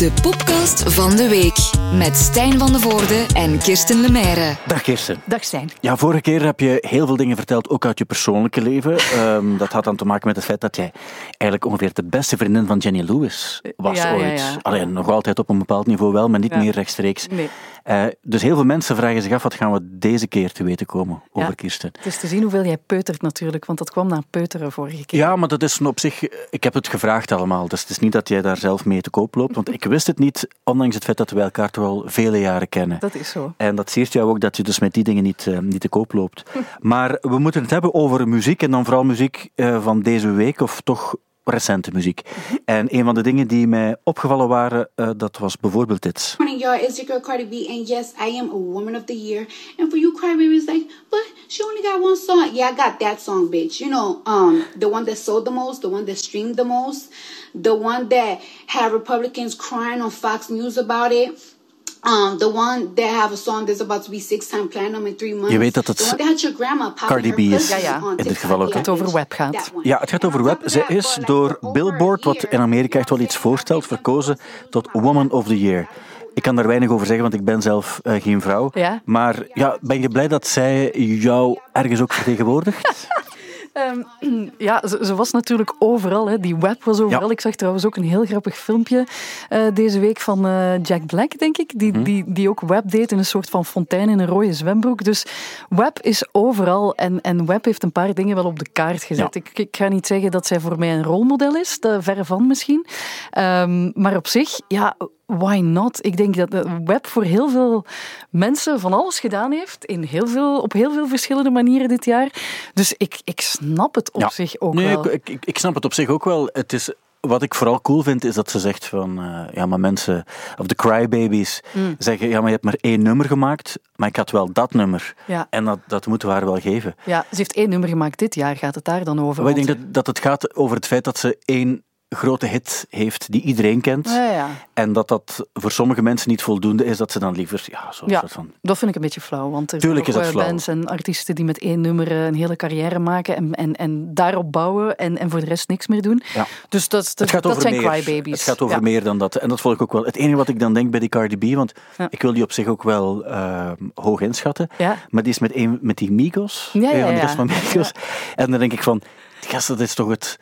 De podcast van de week met Stijn van de Voorde en Kirsten Lemaire. Dag Kirsten. Dag Stijn. Ja, vorige keer heb je heel veel dingen verteld, ook uit je persoonlijke leven. Dat had dan te maken met het feit dat jij eigenlijk ongeveer de beste vriendin van Jenny Lewis was ooit. Ja. Alleen nog altijd op een bepaald niveau wel, maar niet meer rechtstreeks. Nee. Dus heel veel mensen vragen zich af, wat gaan we deze keer te weten komen over Kirsten? Het is te zien hoeveel jij peutert natuurlijk, want dat kwam na peuteren vorige keer. Ja, maar dat is op zich... Ik heb het gevraagd allemaal, dus het is niet dat jij daar zelf mee te koop loopt, want ik wist het niet, ondanks het feit dat we elkaar toch al vele jaren kennen. Dat is zo. En dat siert jou ook dat je dus met die dingen niet te koop loopt. Maar we moeten het hebben over muziek, en dan vooral muziek van deze week, of toch recente muziek. En een van de dingen die mij opgevallen waren, dat was bijvoorbeeld dit. Morning, y'all. It's your girl Cardi B, and yes, I am a Woman of the Year. And for you, Cardi B is like, but she only got one song. Yeah, I got that song, bitch. You know, the one that sold the most, the one that streamed the most, the one that had Republicans crying on Fox News about it. The one that have a song that's about to be 6-time platinum in 3 months. Je weet dat het the one that had your grandma Cardi B is, in dit geval ook. Het over Web gaat. Ja, het gaat over Web. Zij is door Billboard, wat in Amerika echt wel iets voorstelt, verkozen tot Woman of the Year. Ik kan daar weinig over zeggen, want ik ben zelf geen vrouw. Ja? Maar ja, ben je blij dat zij jou ergens ook vertegenwoordigt? Ja, ze was natuurlijk overal. Hè. Die Web was overal. Ja. Ik zag trouwens ook een heel grappig filmpje deze week van Jack Black, denk ik. Die ook Web deed in een soort van fontein in een rode zwembroek. Dus Web is overal. En Web heeft een paar dingen wel op de kaart gezet. Ja. Ik ga niet zeggen dat zij voor mij een rolmodel is. Verre van misschien. Maar op zich, ja... Why not? Ik denk dat de Web voor heel veel mensen van alles gedaan heeft. Op heel veel verschillende manieren dit jaar. Dus ik snap het op zich ook wel. Ik snap het op zich ook wel. Het is... Wat ik vooral cool vind, is dat ze zegt van... ja, maar mensen... Of de crybabies zeggen... Ja, maar je hebt maar 1 nummer gemaakt, maar ik had wel dat nummer. Ja. En dat moeten we haar wel geven. Ja, ze heeft 1 nummer gemaakt dit jaar. Gaat het daar dan over? Maar ik denk dat het gaat over het feit dat ze 1 grote hit heeft die iedereen kent. Ja. En dat voor sommige mensen niet voldoende is, dat ze dan liever... soort van... dat vind ik een beetje flauw. Want er Tuurlijk zijn is ook dat flauw. bands en artiesten die met 1 nummer een hele carrière maken en daarop bouwen en voor de rest niks meer doen. Ja. Dus dat zijn crybabies. Het gaat over meer dan dat. En dat vond ik ook wel. Het enige wat ik dan denk bij die Cardi B, want ik wil die op zich ook wel hoog inschatten, maar die is met die Migos, van de rest van Migos. Ja. En dan denk ik van, gast, dat is toch het...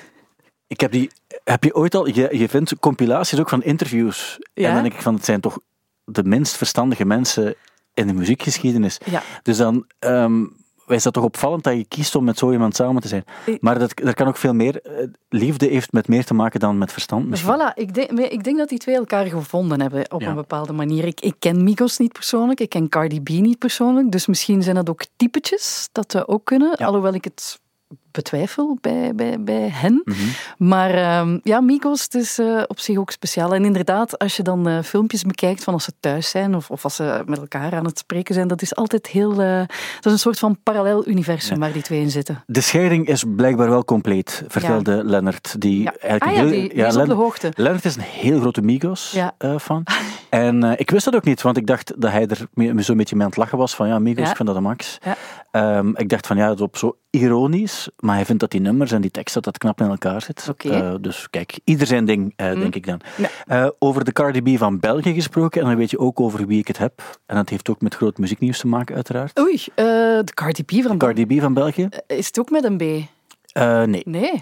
Heb je ooit al... Je vindt compilaties ook van interviews. Ja? En dan denk ik van, het zijn toch de minst verstandige mensen in de muziekgeschiedenis. Ja. Dus dan is dat toch opvallend dat je kiest om met zo iemand samen te zijn. Maar dat kan ook veel meer... Liefde heeft met meer te maken dan met verstand misschien. Voilà, ik denk dat die twee elkaar gevonden hebben op een bepaalde manier. Ik ken Migos niet persoonlijk, ik ken Cardi B niet persoonlijk. Dus misschien zijn dat ook typetjes dat we ook kunnen. Ja. Alhoewel ik het... betwijfel bij hen. Mm-hmm. Maar Migos, het is op zich ook speciaal. En inderdaad, als je dan filmpjes bekijkt van als ze thuis zijn of als ze met elkaar aan het spreken zijn, dat is altijd heel... dat is een soort van parallel universum waar die twee in zitten. De scheiding is blijkbaar wel compleet, vertelde Lennart. Die is op de hoogte. Lennart is een heel grote Migos-fan. En ik wist dat ook niet, want ik dacht dat hij er zo'n beetje mee aan het lachen was van Migos, ik vind dat een max. Ja. Ik dacht van dat is op zo ironisch, maar hij vindt dat die nummers en die tekst dat knap in elkaar zit. Okay. Dus kijk, ieder zijn ding, denk ik dan. Ja. Over de Cardi B van België gesproken, en dan weet je ook over wie ik het heb. En dat heeft ook met groot muzieknieuws te maken, uiteraard. Oei, de Cardi B van België. Is het ook met een B? Nee. Nee.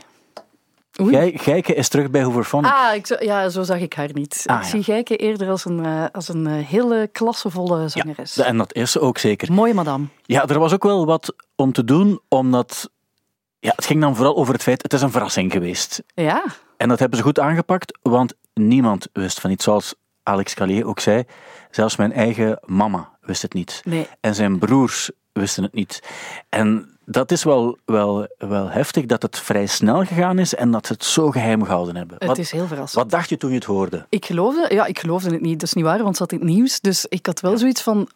Gijke is terug bij Hooverphonic. Zo zag ik haar niet. Ik zie Gijke eerder als een hele klassevolle zangeres. Ja, en dat is ze ook zeker. Mooie madame. Ja, er was ook wel wat om te doen, omdat... Ja, het ging dan vooral over het feit, het is een verrassing geweest. Ja. En dat hebben ze goed aangepakt, want niemand wist van iets. Zoals Alex Callier ook zei, zelfs mijn eigen mama wist het niet. Nee. En zijn broers wisten het niet. En dat is wel heftig dat het vrij snel gegaan is en dat ze het zo geheim gehouden hebben. Het is heel verrassend. Wat dacht je toen je het hoorde? Ik geloofde het niet. Dat is niet waar, want het zat in het nieuws. Dus ik had wel zoiets van,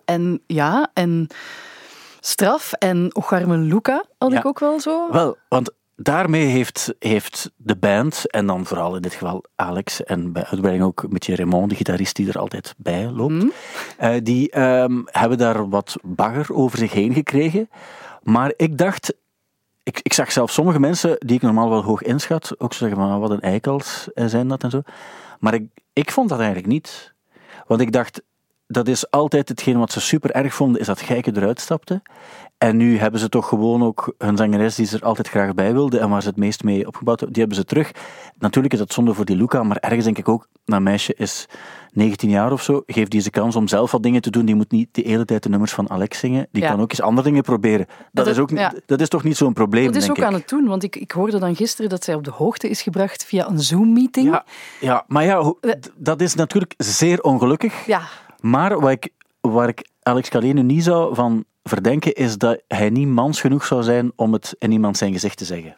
en straf en Ocharme Luca had ik ook wel zo. Wel, want daarmee heeft de band, en dan vooral in dit geval Alex, en bij uitbreiding ook een beetje Raymond, de gitarist die er altijd bij loopt, die hebben daar wat bagger over zich heen gekregen. Maar ik dacht ik zag zelfs sommige mensen die ik normaal wel hoog inschat, ook zeggen van wat een eikels zijn dat en zo. Maar ik vond dat eigenlijk niet. Want ik dacht, dat is altijd hetgeen wat ze super erg vonden, is dat Gijke eruit stapte. En nu hebben ze toch gewoon ook hun zangeres die ze er altijd graag bij wilde en waar ze het meest mee opgebouwd hebben, die hebben ze terug. Natuurlijk is dat zonde voor die Luca, maar ergens denk ik ook, dat meisje is 19 jaar of zo, geeft die ze kans om zelf wat dingen te doen. Die moet niet de hele tijd de nummers van Alex zingen. Die kan ook eens andere dingen proberen. Dat is toch niet zo'n probleem, denk ik. Dat is ook aan het doen, want ik hoorde dan gisteren dat zij op de hoogte is gebracht via een Zoom-meeting. Ja, maar dat is natuurlijk zeer ongelukkig. Ja. Maar waar ik Alex Calais nu niet zou van verdenken, is dat hij niet mans genoeg zou zijn om het in iemand zijn gezicht te zeggen.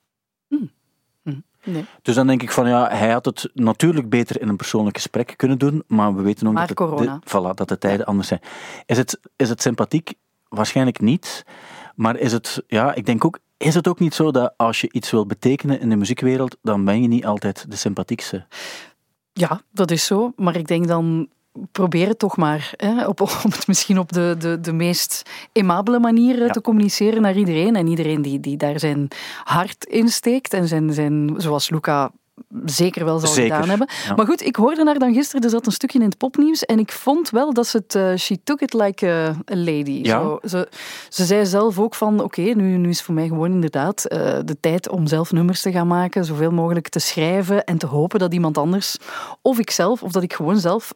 Nee. Dus dan denk ik van hij had het natuurlijk beter in een persoonlijk gesprek kunnen doen, maar we weten ook dat de tijden anders zijn. Is het sympathiek? Waarschijnlijk niet. Maar ik denk ook, is het ook niet zo dat als je iets wil betekenen in de muziekwereld, dan ben je niet altijd de sympathiekste? Ja, dat is zo. Maar ik denk dan, probeer het toch maar. Om het misschien op de meest aimabele manier te communiceren naar iedereen. En iedereen die daar zijn hart in steekt. En zijn zoals Luca zeker wel zal gedaan hebben. Ja. Maar goed, ik hoorde haar dan gisteren, er zat een stukje in het popnieuws. En ik vond wel dat ze het... she took it like a lady. Ja. Zo, ze zei zelf ook van, oké, nu is voor mij gewoon inderdaad de tijd om zelf nummers te gaan maken. Zoveel mogelijk te schrijven en te hopen dat iemand anders, of ikzelf, of dat ik gewoon zelf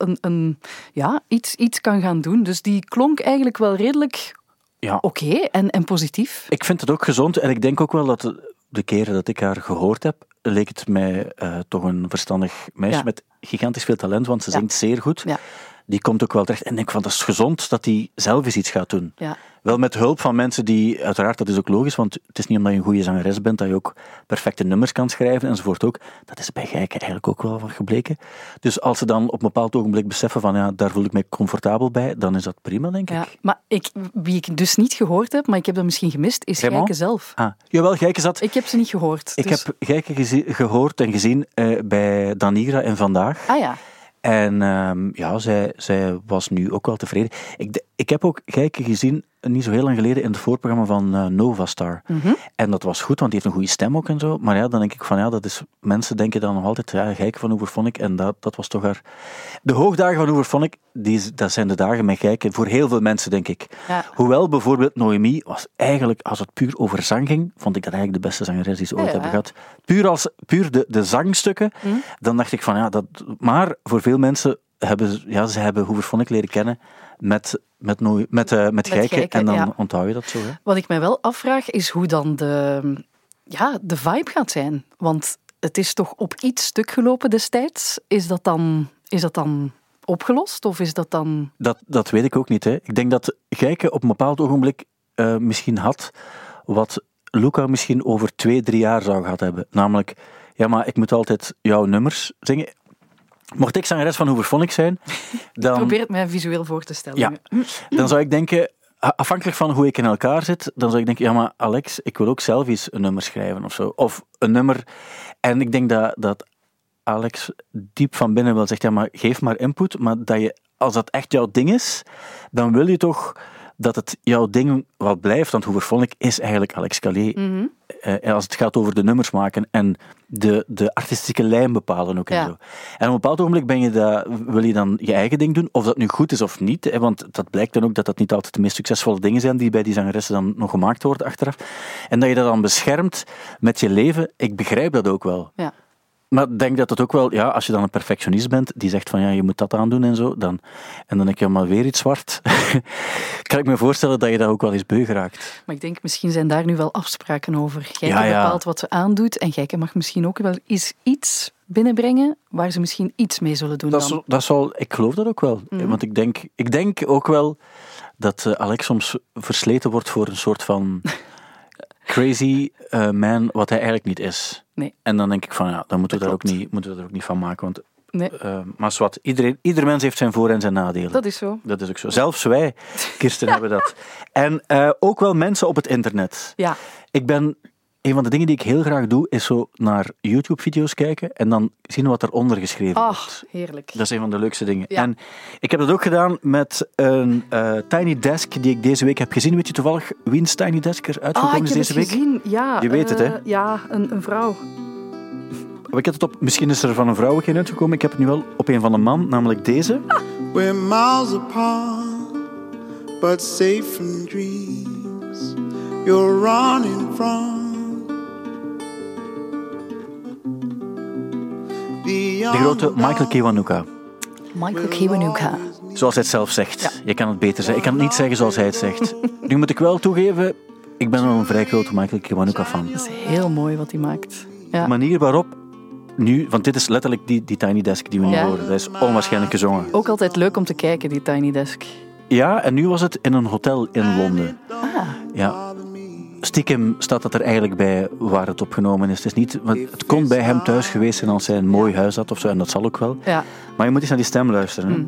iets kan gaan doen. Dus die klonk eigenlijk wel redelijk oké en positief. Ik vind het ook gezond en ik denk ook wel dat de keren dat ik haar gehoord heb, leek het mij toch een verstandig meisje met gigantisch veel talent, want ze zingt zeer goed. Ja. Die komt ook wel terecht. En ik denk van, dat is gezond dat die zelf eens iets gaat doen. Ja. Wel met hulp van mensen die, uiteraard, dat is ook logisch, want het is niet omdat je een goede zangeres bent dat je ook perfecte nummers kan schrijven enzovoort ook. Dat is bij Gijke eigenlijk ook wel van gebleken. Dus als ze dan op een bepaald ogenblik beseffen van, daar voel ik mij comfortabel bij, dan is dat prima, denk ik. Maar wie ik dus niet gehoord heb, maar ik heb dat misschien gemist, is Gijke zelf. Jawel, Gijke zat... Ik heb ze niet gehoord. Ik heb Gijke gehoord en gezien bij Danigra en Vandaag. Ah ja. En zij was nu ook wel tevreden. Ik heb ook Gijke gezien, niet zo heel lang geleden, in het voorprogramma van Novastar. Mm-hmm. En dat was goed, want die heeft een goede stem ook en zo. Maar dan denk ik van, dat is... Mensen denken dan nog altijd, Gijke van Hooverphonic, en dat was toch haar... De hoogdagen van Hooverphonic, dat zijn de dagen met Gijke, voor heel veel mensen, denk ik. Ja. Hoewel bijvoorbeeld Noémie was eigenlijk, als het puur over zang ging, vond ik dat eigenlijk de beste zangeres die ze ooit hebben gehad. Puur de zangstukken, dan dacht ik van, maar voor veel mensen ze hebben Hooverphonic leren kennen met Gijke, en dan onthoud je dat zo. Hè? Wat ik mij wel afvraag, is hoe dan de vibe gaat zijn. Want het is toch op iets stuk gelopen destijds. Is dat dan opgelost, of is dat dan... Dat weet ik ook niet. Hè. Ik denk dat Gijke op een bepaald ogenblik misschien had wat Luca misschien over 2-3 jaar zou gehad hebben. Namelijk, maar ik moet altijd jouw nummers zingen. Mocht ik zangeres van Hooverphonic zijn, dan... Probeer het mij visueel voor te stellen. Ja, dan zou ik denken, afhankelijk van hoe ik in elkaar zit, dan zou ik denken, maar Alex, ik wil ook zelf eens een nummer schrijven of zo. Of een nummer... En ik denk dat Alex diep van binnen wel zegt, maar geef maar input, maar dat je, als dat echt jouw ding is, dan wil je toch dat het jouw ding wat blijft, want Hooverphonic is eigenlijk Alex Calais. Mm-hmm. Als het gaat over de nummers maken en de artistieke lijn bepalen ook en zo. En op een bepaald ogenblik wil je dan je eigen ding doen, of dat nu goed is of niet, want dat blijkt dan ook dat niet altijd de meest succesvolle dingen zijn die bij die zangeressen dan nog gemaakt worden achteraf. En dat je dat dan beschermt met je leven, ik begrijp dat ook wel. Ja. Maar ik denk dat het ook wel, als je dan een perfectionist bent, die zegt van je moet dat aandoen en zo, en dan denk je, maar weer iets zwart. Kan ik me voorstellen dat je daar ook wel eens beu geraakt. Maar ik denk, misschien zijn daar nu wel afspraken over. Gijke bepaalt wat ze aandoet en Gijke mag misschien ook wel eens iets binnenbrengen waar ze misschien iets mee zullen doen ik geloof dat ook wel. Mm-hmm. Want ik denk ook wel dat Alex soms versleten wordt voor een soort van... crazy man, wat hij eigenlijk niet is. Nee. En dan denk ik van, dan moeten we daar ook niet van maken. Want, maar zwart, ieder mens heeft zijn voor- en zijn nadelen. Dat is zo. Dat is ook zo. Zelfs wij, Kirsten, hebben dat. En ook wel mensen op het internet. Ja. Ik ben een van de dingen die ik heel graag doe, is zo naar YouTube-video's kijken en dan zien wat eronder geschreven wordt. Heerlijk. Dat is een van de leukste dingen. Ja. En ik heb dat ook gedaan met een Tiny Desk die ik deze week heb gezien. Weet je toevallig wiens Tiny Desk er uitgekomen is deze week? Ik heb het gezien, ja. Je weet het, hè? Ja, een vrouw. Ik heb het op, misschien is er van een vrouw geen uitgekomen. Ik heb het nu wel op een van een man, namelijk deze. We're miles apart, but safe from dreams you're running from. De grote Michael Kiwanuka. Michael Kiwanuka. Zoals hij het zelf zegt. Ja. Je kan het beter zeggen. Ik kan het niet zeggen zoals hij het zegt. Nu moet ik wel toegeven, ik ben wel een vrij grote Michael Kiwanuka fan. Dat is heel mooi wat hij maakt. Ja. De manier waarop nu, want dit is letterlijk die Tiny Desk die we nu horen. Dat is onwaarschijnlijk gezongen. Ook altijd leuk om te kijken, die Tiny Desk. Ja, en nu was het in een hotel in Londen. Ja. Stiekem staat dat er eigenlijk bij waar het opgenomen is. Het is niet, het kon bij hem thuis geweest zijn als hij een mooi huis had of zo, en dat zal ook wel. Ja. Maar je moet eens naar die stem luisteren.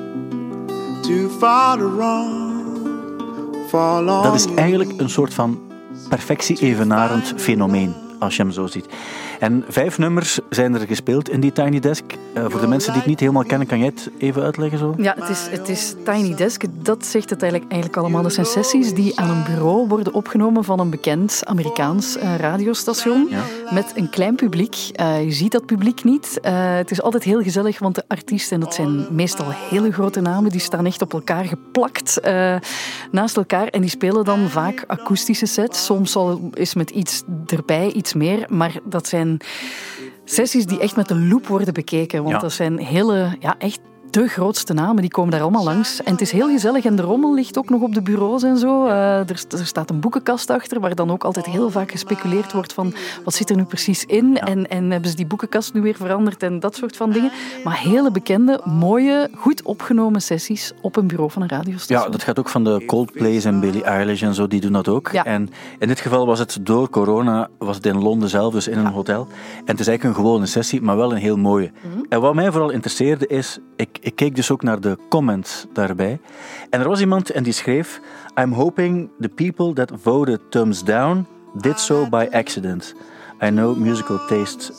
Dat is eigenlijk een soort van perfectie-evenarend fenomeen, als je hem zo ziet. En 5 nummers zijn er gespeeld in die Tiny Desk. Voor de mensen die het niet helemaal kennen, kan jij het even uitleggen zo? Ja, het is Tiny Desk. Dat zegt het eigenlijk allemaal. Dat zijn sessies die aan een bureau worden opgenomen van een bekend Amerikaans radiostation. Ja. Met een klein publiek. Je ziet dat publiek niet. Het is altijd heel gezellig, want de artiesten, en dat zijn meestal hele grote namen, die staan echt op elkaar geplakt naast elkaar. En die spelen dan vaak akoestische sets. Soms is met iets erbij, iets meer. Maar dat zijn sessies die echt met een loep worden bekeken. Want dat zijn echt de grootste namen, die komen daar allemaal langs. En het is heel gezellig en de rommel ligt ook nog op de bureaus en zo. Er staat een boekenkast achter, waar dan ook altijd heel vaak gespeculeerd wordt van wat zit er nu precies in? Ja. En hebben ze die boekenkast nu weer veranderd en dat soort van dingen. Maar hele bekende, mooie, goed opgenomen sessies op een bureau van een radiostation. Ja, dat gaat ook van de Coldplay's en Billie Eilish en zo, die doen dat ook. Ja. En in dit geval was het door corona, was het in Londen zelf, dus in een hotel. En het is eigenlijk een gewone sessie, maar wel een heel mooie. Mm-hmm. En wat mij vooral interesseerde is, ik keek dus ook naar de comments daarbij. En er was iemand en die schreef: I'm hoping the people that voted thumbs down did so by accident. I know musical tastes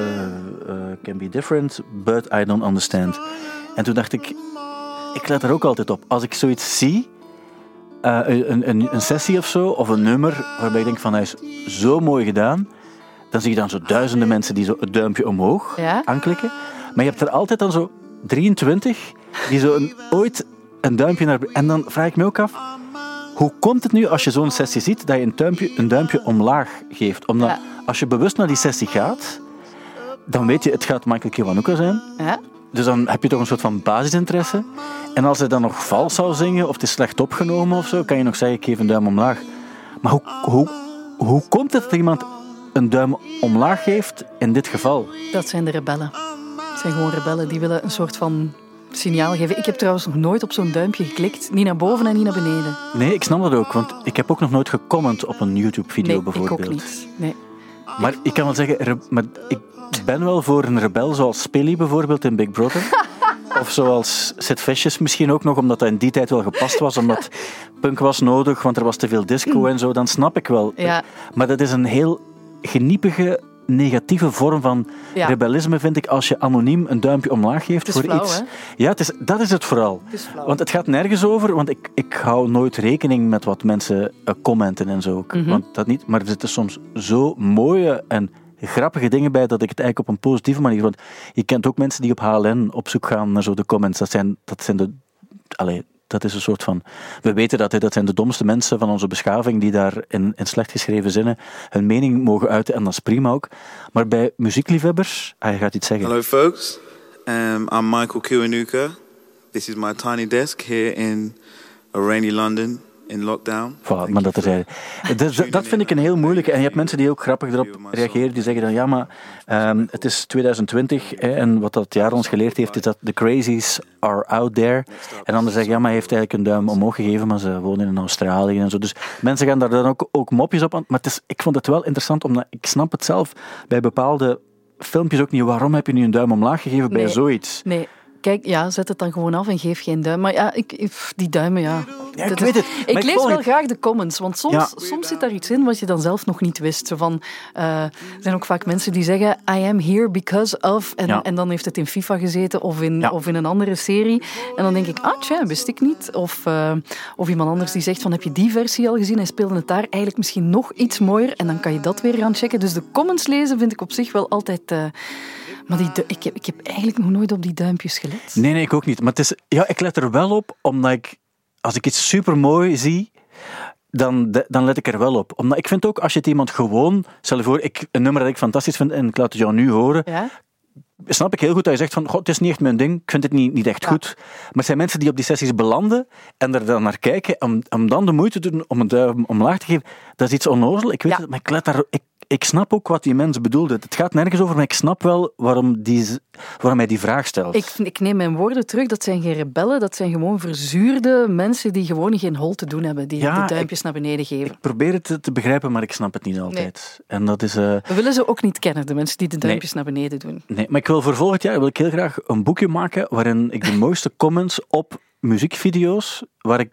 can be different, but I don't understand. En toen dacht ik let er ook altijd op. Als ik zoiets zie, een sessie of zo, of een nummer, waarbij ik denk van hij is zo mooi gedaan, dan zie je dan zo duizenden mensen die zo het duimpje omhoog aanklikken. Maar je hebt er altijd dan zo 23 die zo ooit een duimpje naar... En dan vraag ik me ook af, hoe komt het nu als je zo'n sessie ziet, dat je een duimpje omlaag geeft? Omdat als je bewust naar die sessie gaat, dan weet je, het gaat Michael Kiwanuka zijn. Ja. Dus dan heb je toch een soort van basisinteresse. En als hij dan nog vals zou zingen, of het is slecht opgenomen of zo, kan je nog zeggen, ik geef een duim omlaag. Maar hoe komt het dat iemand een duim omlaag geeft in dit geval? Dat zijn de rebellen. Het zijn gewoon rebellen die willen een soort van signaal geven. Ik heb trouwens nog nooit op zo'n duimpje geklikt. Niet naar boven en niet naar beneden. Nee, ik snap dat ook. Want ik heb ook nog nooit gecomment op een YouTube-video bijvoorbeeld. Nee, ik ook niet. Nee. Maar ik kan wel zeggen, ik ben wel voor een rebel zoals Spilly bijvoorbeeld in Big Brother. Of zoals Sid Vicious misschien ook nog, omdat dat in die tijd wel gepast was. Omdat punk was nodig, want er was te veel disco en zo. Dan snap ik wel. Ja. Maar dat is een heel geniepige, negatieve vorm van rebellisme, vind ik, als je anoniem een duimpje omlaag geeft voor flauw, iets. Hè? Ja, dat is het vooral. Want het gaat nergens over, want ik hou nooit rekening met wat mensen commenten en zo. Mm-hmm. Want dat niet, maar er zitten soms zo mooie en grappige dingen bij dat ik het eigenlijk op een positieve manier... Want je kent ook mensen die op HLN op zoek gaan naar zo de comments. Dat is een soort van... We weten dat zijn de domste mensen van onze beschaving die daar in slecht geschreven zinnen hun mening mogen uiten. En dat is prima ook. Maar bij muziekliefhebbers... je gaat iets zeggen. Hello folks, I'm Michael Kiwanuka. This is my tiny desk here in a rainy London in lockdown. Voilà, maar dat vind ik een heel moeilijke. En je hebt mensen die ook grappig erop reageren. Die zeggen dan, ja, maar het is 2020 en wat dat jaar ons geleerd heeft, is dat the crazies are out there. En anderen zeggen, ja, maar hij heeft eigenlijk een duim omhoog gegeven, maar ze wonen in Australië en zo. Dus mensen gaan daar dan ook mopjes op aan. Maar ik vond het wel interessant, omdat ik snap het zelf bij bepaalde filmpjes ook niet. Waarom heb je nu een duim omlaag gegeven bij zoiets? Nee. Kijk, zet het dan gewoon af en geef geen duim. Maar ja, die duimen, Ja, ik weet het. Ik lees wel graag de comments, want soms zit daar iets in wat je dan zelf nog niet wist. Zo van, er zijn ook vaak mensen die zeggen, I am here because of... En dan heeft het in FIFA gezeten of in een andere serie. En dan denk ik, wist ik niet. Of iemand anders die zegt van, heb je die versie al gezien? Hij speelde het daar eigenlijk misschien nog iets mooier. En dan kan je dat weer gaan checken. Dus de comments lezen vind ik op zich wel altijd... Maar ik heb eigenlijk nog nooit op die duimpjes gelet. Nee, ik ook niet. Maar ik let er wel op, omdat als ik iets supermooi zie, dan let ik er wel op. Omdat ik vind ook, als je het iemand gewoon... Stel je voor, een nummer dat ik fantastisch vind en ik laat het jou nu horen... Ja? Snap ik heel goed dat je zegt van, het is niet echt mijn ding, ik vind het niet echt goed. Maar het zijn mensen die op die sessies belanden en er dan naar kijken, om dan de moeite te doen om een duim omlaag te geven, dat is iets onnozel. Ik weet het, maar ik snap ook wat die mensen bedoelde. Het gaat nergens over, maar ik snap wel waarom hij die vraag stelt. Ik neem mijn woorden terug, dat zijn geen rebellen, dat zijn gewoon verzuurde mensen die gewoon geen hol te doen hebben, die de duimpjes naar beneden geven. Ik probeer het te begrijpen, maar ik snap het niet altijd. Nee. En dat is... We willen ze ook niet kennen, de mensen die de duimpjes naar beneden doen. Nee, maar ik wil voor volgend jaar heel graag een boekje maken waarin ik de mooiste comments op muziekvideo's,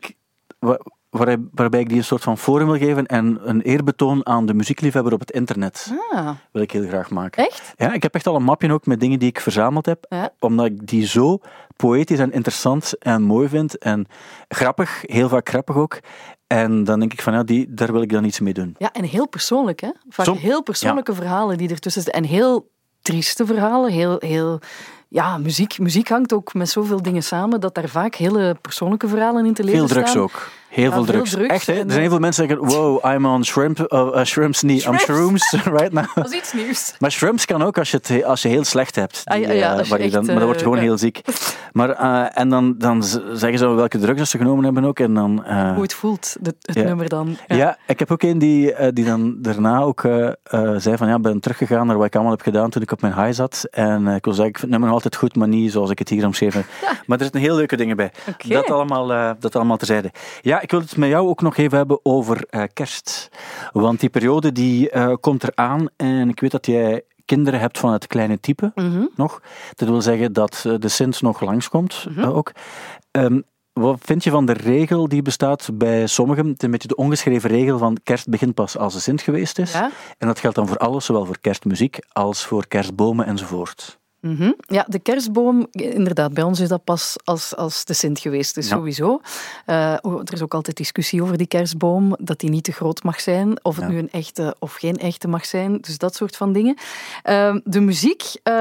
waarbij ik die een soort van forum wil geven en een eerbetoon aan de muziekliefhebber op het internet. Wil ik heel graag maken. Echt? Ja, ik heb echt al een mapje ook met dingen die ik verzameld heb, omdat ik die zo poëtisch en interessant en mooi vind en grappig, heel vaak grappig ook. En dan denk ik van, daar wil ik dan iets mee doen. Ja, en heel persoonlijk, hè? Vaak heel persoonlijke verhalen die ertussen zitten. En heel trieste verhalen, heel muziek hangt ook met zoveel dingen samen, dat daar vaak hele persoonlijke verhalen in te lezen staan. Veel drugs ook. Heel veel drugs. Echt, hè? Er zijn heel veel mensen die zeggen, wow, I'm on shrooms niet. I'm shrooms right now. Dat is iets nieuws. Maar shrooms kan ook als je heel slecht hebt. Maar dan word je gewoon heel ziek. Maar, en dan zeggen ze welke drugs ze genomen hebben ook. En dan, hoe het voelt, het nummer dan. Ja, ik heb ook een die dan daarna ook zei van, ben teruggegaan naar wat ik allemaal heb gedaan toen ik op mijn high zat. En ik wil zeggen, ik vind het nummer altijd goed, maar niet zoals ik het hier omschreven heb. Ja. Maar er zitten heel leuke dingen bij. Okay. Dat allemaal terzijde. Ja, ik wil het met jou ook nog even hebben over kerst. Want die periode die komt eraan en ik weet dat jij kinderen hebt van het kleine type nog. Dat wil zeggen dat de Sint nog langskomt ook. Wat vind je van de regel die bestaat bij sommigen? Het is een beetje de ongeschreven regel van kerst begint pas als de Sint geweest is. Ja? En dat geldt dan voor alles, zowel voor kerstmuziek als voor kerstbomen enzovoort. Ja, de kerstboom, inderdaad, bij ons is dat pas als de Sint geweest is, sowieso. Er is ook altijd discussie over die kerstboom, dat die niet te groot mag zijn, of het nu een echte of geen echte mag zijn, dus dat soort van dingen. De muziek,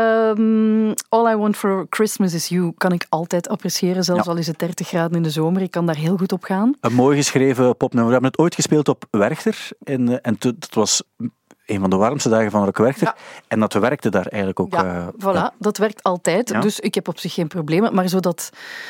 All I Want For Christmas Is You, kan ik altijd appreciëren, zelfs al is het 30 graden in de zomer, ik kan daar heel goed op gaan. Een mooi geschreven popnummer. We hebben het ooit gespeeld op Werchter, en het was... een van de warmste dagen van Rock Werchter. Ja. En dat werkte daar eigenlijk ook. Voilà, dat werkt altijd. Ja. Dus ik heb op zich geen probleem. Maar zo dat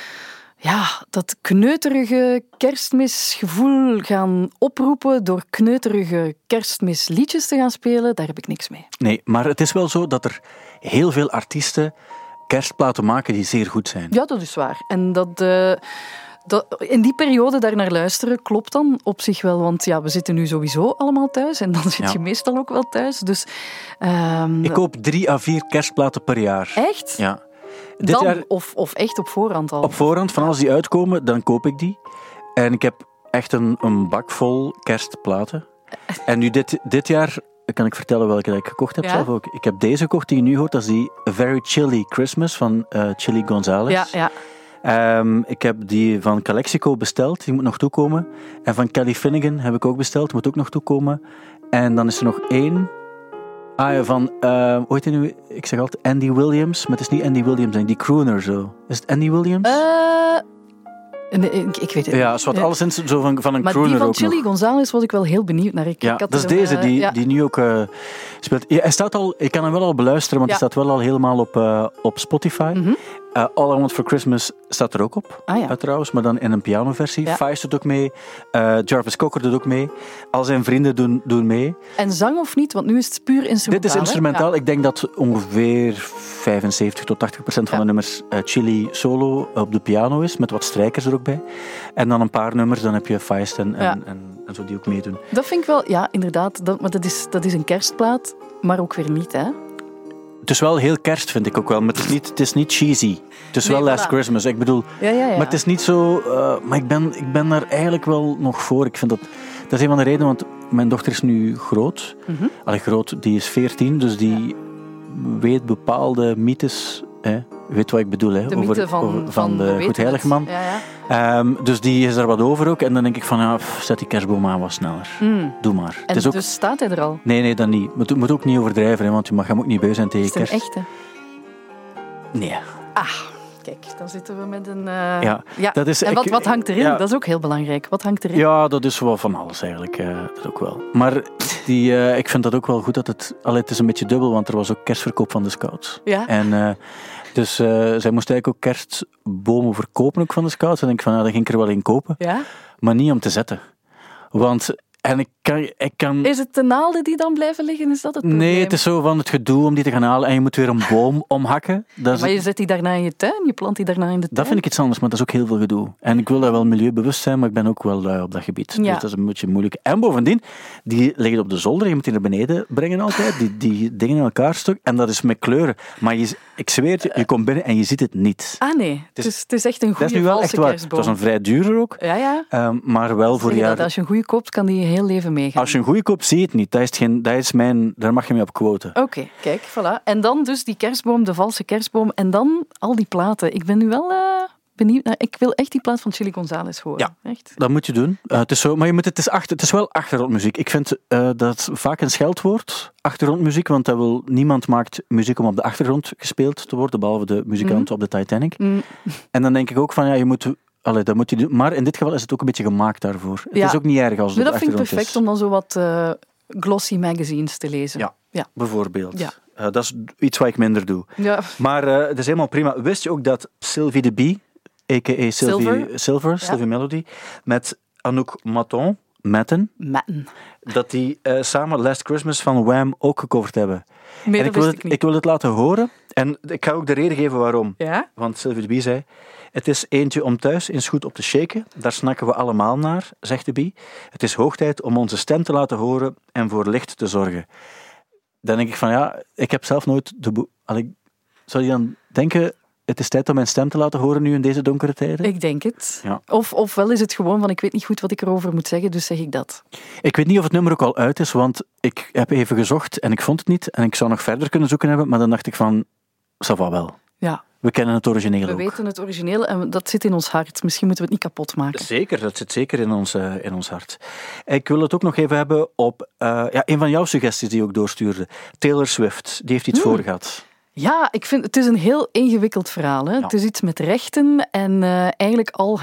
kneuterige kerstmisgevoel gaan oproepen door kneuterige kerstmisliedjes te gaan spelen, daar heb ik niks mee. Nee, maar het is wel zo dat er heel veel artiesten kerstplaten maken die zeer goed zijn. Ja, dat is waar. En in die periode daar naar luisteren klopt dan op zich wel, want we zitten nu sowieso allemaal thuis en dan zit je meestal ook wel thuis. Dus, ik koop 3 à 4 kerstplaten per jaar. Echt? Ja. Dit jaar, of echt op voorhand al? Op voorhand, van als die uitkomen, dan koop ik die. En ik heb echt een bak vol kerstplaten. En nu dit jaar kan ik vertellen welke ik gekocht heb zelf ook. Ik heb deze gekocht die je nu hoort, dat is die A Very Chilly Christmas van Chili Gonzales. Ja. Ik heb die van Calexico besteld, die moet nog toekomen. En van Kelly Finnegan heb ik ook besteld, die moet ook nog toekomen. En dan is er nog één. Van, hoe heet hij nu? Ik zeg altijd Andy Williams, maar het is niet Andy Williams, die crooner zo. Is het Andy Williams? Nee, ik weet het niet. Ja, het is wat alleszins zo van een crooner ook nog. Maar die van Chili Gonzales was ik wel heel benieuwd naar. Dat is deze, die nu ook speelt. Ja, hij staat al, ik kan hem wel al beluisteren, want hij staat wel al helemaal op Spotify. Mm-hmm. All I Want For Christmas staat er ook op, trouwens, maar dan in een pianoversie. Ja. Feist doet ook mee, Jarvis Cocker doet ook mee. Al zijn vrienden doen mee. En zang of niet? Want nu is het puur instrumentaal. Dit is instrumentaal. Ja. Ik denk dat ongeveer 75 tot 80% van de nummers Chili solo op de piano is, met wat strijkers er ook bij. En dan een paar nummers, dan heb je Feist en zo die ook meedoen. Dat vind ik wel, ja, inderdaad. Maar dat is een kerstplaat, maar ook weer niet, hè? Het is wel heel kerst, vind ik ook wel. Maar het is niet cheesy. Het is wel Last Christmas. Ik bedoel... Ja. Maar het is niet zo... maar ik ben daar eigenlijk wel nog voor. Ik vind dat is een van de redenen, want mijn dochter is nu groot. Mm-hmm. Groot, die is 14, dus die weet bepaalde mythes... weet wat ik bedoel, hè? De mythe van de Goedheiligman. Ja. Dus die is daar wat over ook. En dan denk ik van, zet die kerstboom aan wat sneller. Doe maar. En het is ook... dus staat hij er al? Nee, dat niet. Maar het moet ook niet overdrijven, hè, want je mag hem ook niet beu zijn tegen kerst. Is het een echte? Nee. Kijk, dan zitten we met een... Dat is, en wat hangt erin? Ja. Dat is ook heel belangrijk. Wat hangt erin? Ja, dat is wel van alles eigenlijk. Dat ook wel. Maar ik vind dat ook wel goed dat het... het is een beetje dubbel, want er was ook kerstverkoop van de Scouts. Ja. En... Dus zij moest eigenlijk ook kerstbomen verkopen ook van de Scouts. En ik van, dan ging ik er wel in kopen. Ja? Maar niet om te zetten. Want... En ik kan... Is het de naalden die dan blijven liggen? Is dat het probleem? Nee, het is zo van het gedoe om die te gaan halen en je moet weer een boom omhakken. Maar je zet die daarna in je tuin? Je plant die daarna in de tuin? Dat vind ik iets anders, maar dat is ook heel veel gedoe. En ik wil daar wel milieubewust zijn, maar ik ben ook wel lui op dat gebied. Ja. Dus dat is een beetje moeilijk. En bovendien, die liggen op de zolder, je moet die naar beneden brengen altijd. Die dingen in elkaar stuk. En dat is met kleuren. Maar ik zweer je komt binnen en je ziet het niet. Nee. Het is echt een goede valse kerstboom. Het was een vrij duur ook. Ja. Maar wel voor jaar... Als je een goede koopt, kan die heel leven meegaan. Als je een goede koopt, zie je het niet. Daar mag je mee op quoten. Oké, kijk, voilà. En dan dus die kerstboom, de valse kerstboom. En dan al die platen. Ik ben nu wel benieuwd. Ik wil echt die plaat van Chili González horen. Ja, echt. Dat moet je doen. Het is zo, maar het is wel achtergrondmuziek. Ik vind dat vaak een scheldwoord, achtergrondmuziek, want niemand maakt muziek om op de achtergrond gespeeld te worden, behalve de muzikanten op de Titanic. En dan denk ik ook van, dat moet je doen. Maar in dit geval is het ook een beetje gemaakt daarvoor. Het is ook niet erg als het dat vind ik perfect is. Om dan zo wat glossy magazines te lezen. Ja. Bijvoorbeeld. Ja. Dat is iets wat ik minder doe. Ja. Maar het is helemaal prima. Wist je ook dat Sylvie de Bie, a.k.a. Silver Melody, met Anouk Matten, dat die samen Last Christmas van Wham ook gecoverd hebben. Nee, en ik wil het laten horen. En ik ga ook de reden geven waarom. Ja? Want Sylvie de Bie zei... Het is eentje om thuis eens goed op te shaken. Daar snakken we allemaal naar, zegt de Bie. Het is hoog tijd om onze stem te laten horen en voor licht te zorgen. Dan denk ik van, ik heb zelf nooit zou je dan denken... Het is tijd om mijn stem te laten horen nu in deze donkere tijden? Ik denk het. Ja. Ofwel is het gewoon van, ik weet niet goed wat ik erover moet zeggen, dus zeg ik dat. Ik weet niet of het nummer ook al uit is, want ik heb even gezocht en ik vond het niet. En ik zou nog verder kunnen zoeken hebben, maar dan dacht ik van, ça va wel. Ja. We kennen het origineel ook. We weten het origineel en dat zit in ons hart. Misschien moeten we het niet kapot maken. Zeker, dat zit zeker in ons hart. Ik wil het ook nog even hebben op een van jouw suggesties die je ook doorstuurde. Taylor Swift, die heeft iets voor gehad. Ja, ik vind het is een heel ingewikkeld verhaal. Hè? Ja. Het is iets met rechten en eigenlijk al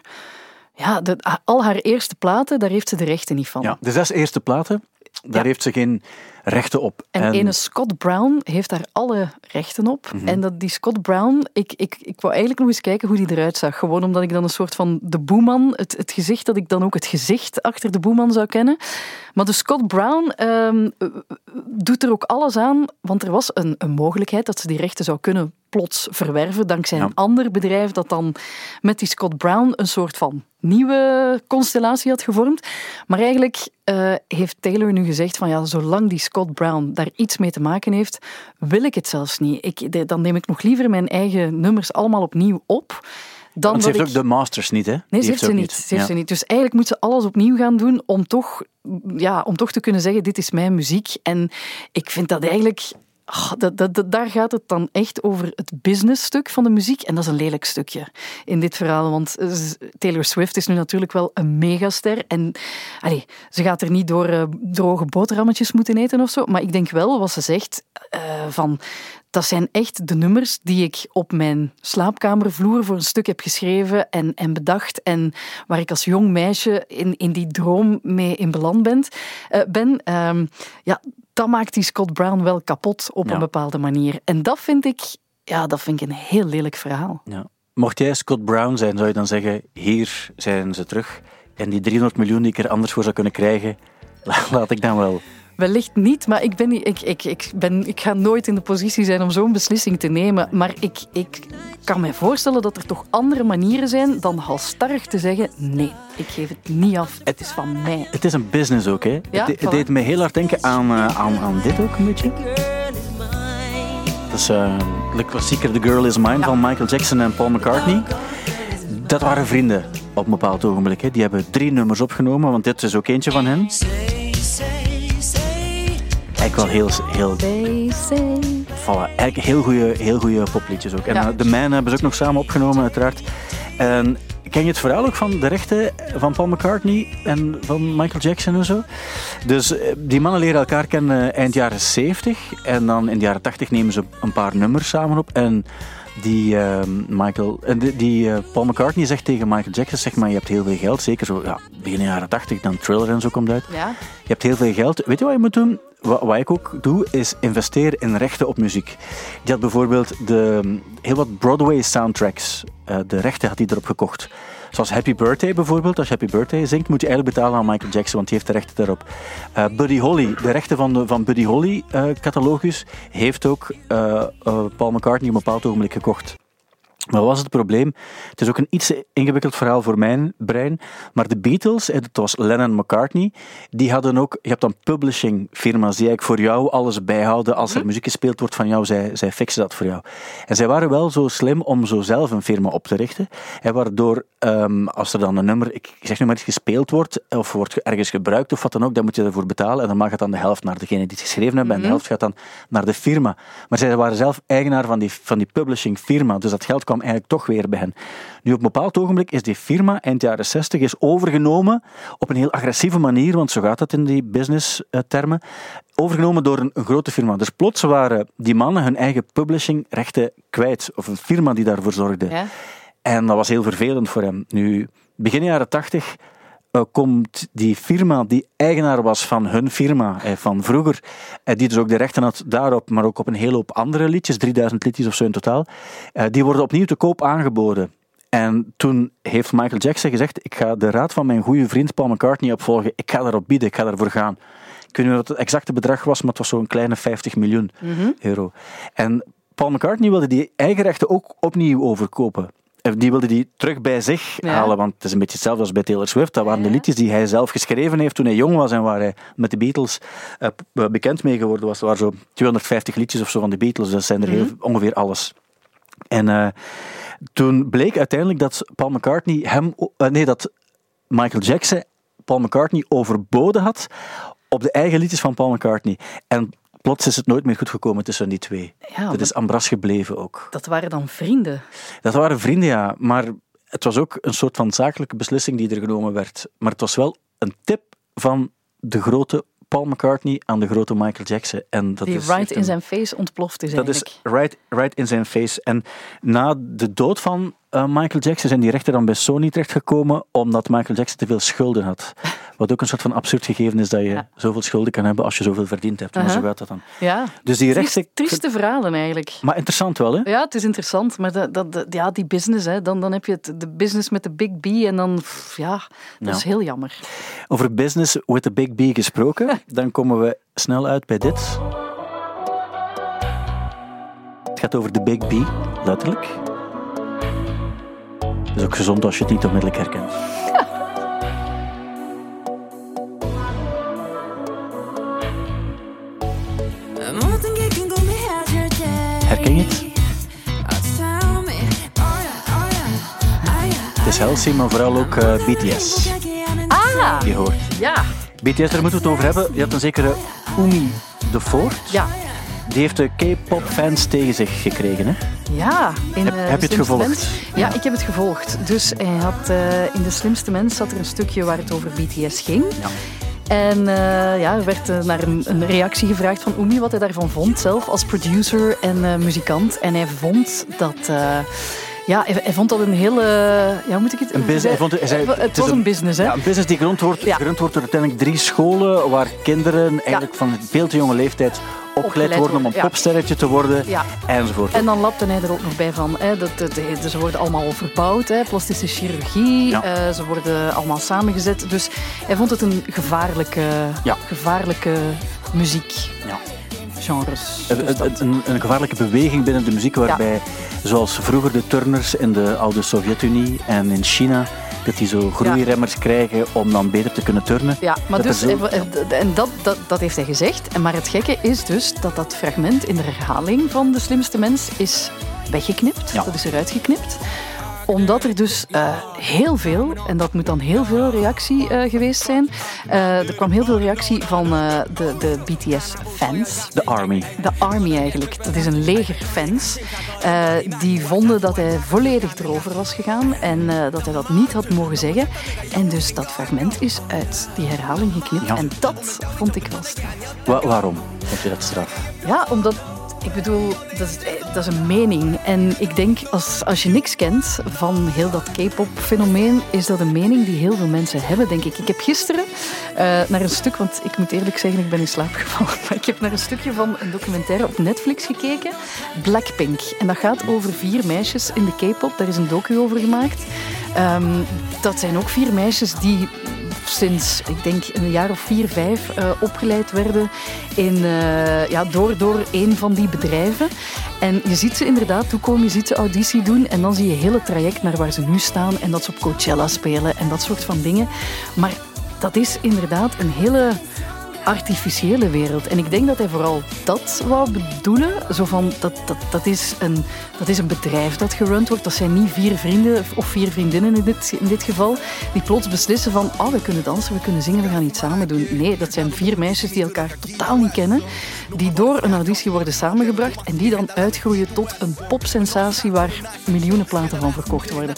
haar eerste platen, daar heeft ze de rechten niet van. Ja, de 6 eerste platen, daar heeft ze geen rechten op. En ene Scott Brown heeft daar alle rechten op. Mm-hmm. En die Scott Brown, ik wou eigenlijk nog eens kijken hoe die eruit zag. Gewoon omdat ik dan een soort van de boeman, het gezicht, dat ik dan ook het gezicht achter de boeman zou kennen. Maar de Scott Brown doet er ook alles aan, want er was een mogelijkheid dat ze die rechten zou kunnen plots verwerven, dankzij een ander bedrijf dat dan met die Scott Brown een soort van nieuwe constellatie had gevormd. Maar eigenlijk heeft Taylor nu gezegd van zolang die Scott Brown daar iets mee te maken heeft, wil ik het zelfs niet. Dan neem ik nog liever mijn eigen nummers allemaal opnieuw op. Want ze heeft ook de masters niet, hè? Nee, ze heeft ze niet. Dus eigenlijk moet ze alles opnieuw gaan doen om toch te kunnen zeggen, dit is mijn muziek. En ik vind dat eigenlijk... daar gaat het dan echt over het businessstuk van de muziek. En dat is een lelijk stukje in dit verhaal. Want Taylor Swift is nu natuurlijk wel een megaster. En ze gaat er niet door droge boterhammetjes moeten eten of zo. Maar ik denk wel, wat ze zegt, dat zijn echt de nummers die ik op mijn slaapkamervloer voor een stuk heb geschreven en bedacht. En waar ik als jong meisje in die droom mee in beland ben. Dat maakt die Scott Brown wel kapot op een bepaalde manier. En dat vind ik een heel lelijk verhaal. Ja. Mocht jij Scott Brown zijn, zou je dan zeggen, hier zijn ze terug. En die 300 miljoen die ik er anders voor zou kunnen krijgen, laat ik dan wel... Wellicht niet, maar ik ga nooit in de positie zijn om zo'n beslissing te nemen. Maar ik kan me voorstellen dat er toch andere manieren zijn dan halsstarrig te zeggen, nee, ik geef het niet af, het is van mij. Het is een business ook, hè. Ja, het deed me heel hard denken aan dit ook een beetje. zoals de klassieker The Girl Is Mine van Michael Jackson en Paul McCartney. Dat waren vrienden op een bepaald ogenblik. Hè. Die hebben 3 nummers opgenomen, want dit is ook eentje van hen. Eigenlijk wel heel voilà, eigenlijk heel goede popliedjes ook. En The Man hebben ze ook nog samen opgenomen, uiteraard. En ken je het verhaal ook van de rechten van Paul McCartney en van Michael Jackson en zo? Dus die mannen leren elkaar kennen eind jaren 70 en dan in de jaren 80 nemen ze een paar nummers samen op. En Paul McCartney zegt tegen Michael Jackson, zeg maar, je hebt heel veel geld, zeker zo begin jaren 80, dan Thriller en zo komt uit. Ja. Je hebt heel veel geld. Weet je wat je moet doen? Wat ik ook doe, is investeren in rechten op muziek. Die had bijvoorbeeld heel wat Broadway soundtracks. De rechten had hij erop gekocht. Zoals Happy Birthday bijvoorbeeld. Als je Happy Birthday zingt, moet je eigenlijk betalen aan Michael Jackson, want die heeft de rechten daarop. Buddy Holly, de rechten van Buddy Holly catalogus, heeft ook Paul McCartney op een bepaald ogenblik gekocht. Maar wat was het probleem? Het is ook een iets ingewikkeld verhaal voor mijn brein. Maar de Beatles, het was Lennon en McCartney, die hadden ook... Je hebt dan publishing firma's die eigenlijk voor jou alles bijhouden. Als er muziek gespeeld wordt van jou, zij fixen dat voor jou. En zij waren wel zo slim om zo zelf een firma op te richten. Waardoor, als er dan een nummer, ik zeg nu maar iets, gespeeld wordt, of wordt ergens gebruikt of wat dan ook, dan moet je ervoor betalen. En dan mag het dan de helft naar degene die het geschreven hebben en de helft gaat dan naar de firma. Maar zij waren zelf eigenaar van die publishing firma. Dus dat geld kwam eigenlijk toch weer bij hen. Nu, op een bepaald ogenblik is die firma, eind jaren 60, is overgenomen op een heel agressieve manier, want zo gaat dat in die business-termen, overgenomen door een grote firma. Dus plots waren die mannen hun eigen publishing-rechten kwijt, of een firma die daarvoor zorgde. Ja. En dat was heel vervelend voor hem. Nu, begin jaren 80 komt die firma die eigenaar was van hun firma, van vroeger, die dus ook de rechten had daarop, maar ook op een hele hoop andere liedjes, 3000 liedjes of zo in totaal, die worden opnieuw te koop aangeboden. En toen heeft Michael Jackson gezegd, ik ga de raad van mijn goede vriend Paul McCartney opvolgen, ik ga daarop bieden, ik ga daarvoor gaan. Ik weet niet wat het exacte bedrag was, maar het was zo'n kleine 50 miljoen euro. En Paul McCartney wilde die eigen rechten ook opnieuw overkopen. Die wilde die terug bij zich halen, want het is een beetje hetzelfde als bij Taylor Swift. Dat waren de liedjes die hij zelf geschreven heeft toen hij jong was en waar hij met de Beatles bekend mee geworden was. Er waren zo 250 liedjes of zo van de Beatles, dat zijn er ongeveer alles. En toen bleek uiteindelijk dat dat Michael Jackson Paul McCartney overboden had op de eigen liedjes van Paul McCartney. En plots is het nooit meer goed gekomen tussen die twee. Ja, dat is ambras gebleven ook. Dat waren dan vrienden? Dat waren vrienden, ja. Maar het was ook een soort van zakelijke beslissing die er genomen werd. Maar het was wel een tip van de grote Paul McCartney aan de grote Michael Jackson. En dat die is right in zijn face ontploft is eigenlijk. Dat is right in zijn face. En na de dood van Michael Jackson zijn die rechten dan bij Sony terechtgekomen, omdat Michael Jackson te veel schulden had. Wat ook een soort van absurd gegeven is dat je zoveel schulden kan hebben als je zoveel verdiend hebt. Maar zo gaat dat dan. Ja. Dus die rechten... Trieste verhalen eigenlijk. Maar interessant wel, hè? Ja, het is interessant. Maar die business, hè, dan heb je de business met de big B en dan... dat is heel jammer. Over business with the big B gesproken, dan komen we snel uit bij dit. Het gaat over de big B, letterlijk. Het is ook gezond als je het niet onmiddellijk herkent. Herken je het? Het is Halsey, maar vooral ook BTS. Ah! Je hoort. Ja. BTS, daar moeten we het over hebben. Je had een zekere Umi de Voort. Ja. Die heeft de K-pop fans tegen zich gekregen, hè? Ja. Heb je het gevolgd? Ja, ik heb het gevolgd. Dus hij had, in De Slimste Mens zat er een stukje waar het over BTS ging. Ja. En er werd naar een reactie gevraagd van Umi, wat hij daarvan vond, zelf als producer en muzikant. En hij vond dat... hij vond dat een hele... hoe moet ik het... Het was een business, hè? Ja, een business die gerund wordt door uiteindelijk 3 scholen, waar kinderen eigenlijk van veel te jonge leeftijd opgeleid worden om een popsterretje te worden, enzovoort. En dan lapte hij er ook nog bij van, ze worden allemaal verbouwd, plastische chirurgie, ze worden allemaal samengezet. Dus hij vond het een gevaarlijke muziek. Ja. Genres. Een gevaarlijke beweging binnen de muziek, waarbij, zoals vroeger de turners in de oude Sovjet-Unie en in China, dat die zo groeiremmers krijgen om dan beter te kunnen turnen. Ja, maar dus, en dat heeft hij gezegd. Maar het gekke is dus dat fragment in de herhaling van De Slimste Mens is weggeknipt. Ja. Dat is eruit geknipt. Omdat er dus heel veel, en dat moet dan heel veel reactie geweest zijn, er kwam heel veel reactie van de BTS-fans. De Army. De Army eigenlijk. Dat is een leger fans. Die vonden dat hij volledig erover was gegaan en dat hij dat niet had mogen zeggen. En dus dat fragment is uit die herhaling geknipt. Ja. En dat vond ik wel straf. Waarom vond je dat straf? Ja, omdat... Ik bedoel, dat is een mening. En ik denk, als je niks kent van heel dat K-pop-fenomeen, is dat een mening die heel veel mensen hebben, denk ik. Ik heb gisteren naar een stuk, want ik moet eerlijk zeggen, ik ben in slaap gevallen, maar ik heb naar een stukje van een documentaire op Netflix gekeken, Blackpink. En dat gaat over 4 meisjes in de K-pop. Daar is een docu over gemaakt. Dat zijn ook 4 meisjes die sinds, ik denk, een jaar of 4, 5 opgeleid werden door een van die bedrijven. En je ziet ze inderdaad toekomen, je ziet ze auditie doen en dan zie je heel het traject naar waar ze nu staan en dat ze op Coachella spelen en dat soort van dingen. Maar dat is inderdaad een hele artificiële wereld. En ik denk dat hij vooral dat wou bedoelen. Zo van, dat is een bedrijf dat gerund wordt. Dat zijn niet 4 vrienden of 4 vriendinnen in dit geval, die plots beslissen van, we kunnen dansen, we kunnen zingen, we gaan iets samen doen. Nee, dat zijn 4 meisjes die elkaar totaal niet kennen, die door een auditie worden samengebracht en die dan uitgroeien tot een popsensatie waar miljoenen platen van verkocht worden.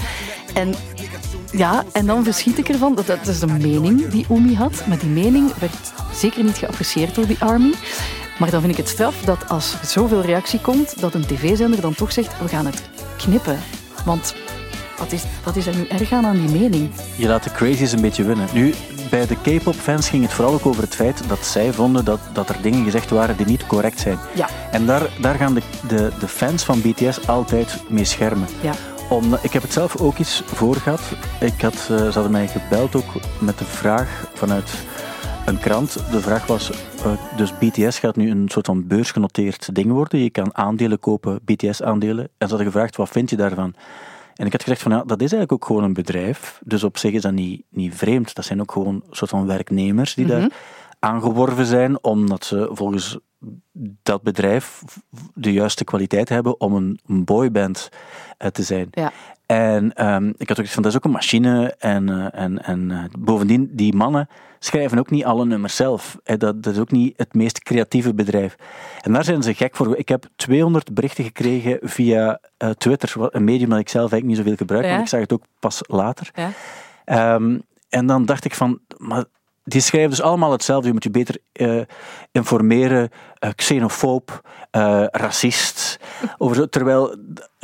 En dan verschiet ik ervan, dat is een mening die Umi had, maar die mening werd zeker niet geapprecieerd door die Army. Maar dan vind ik het straf dat als er zoveel reactie komt, dat een tv-zender dan toch zegt, we gaan het knippen. Want wat is er nu erg aan die mening? Je laat de crazies een beetje winnen. Nu, bij de K-pop-fans ging het vooral ook over het feit dat zij vonden dat er dingen gezegd waren die niet correct zijn. Ja. En daar gaan de fans van BTS altijd mee schermen. Ja. Ik heb het zelf ook eens voor gehad. Ze hadden mij gebeld ook met de vraag vanuit een krant. De vraag was, dus BTS gaat nu een soort van beursgenoteerd ding worden. Je kan aandelen kopen, BTS-aandelen. En ze hadden gevraagd, wat vind je daarvan? En ik had gezegd van, dat is eigenlijk ook gewoon een bedrijf. Dus op zich is dat niet vreemd. Dat zijn ook gewoon een soort van werknemers die daar aangeworven zijn, omdat ze volgens dat bedrijf de juiste kwaliteit hebben om een boyband te zijn. Ja. En ik had ook gezegd van, dat is ook een machine en bovendien, die mannen schrijven ook niet alle nummers zelf. Dat is ook niet het meest creatieve bedrijf. En daar zijn ze gek voor. Ik heb 200 berichten gekregen via Twitter, een medium dat ik zelf eigenlijk niet zoveel gebruik, want ik zag het ook pas later. Ja. En dan dacht ik van, maar die schrijven dus allemaal hetzelfde. Je moet je beter informeren, xenofoob, racist. Terwijl,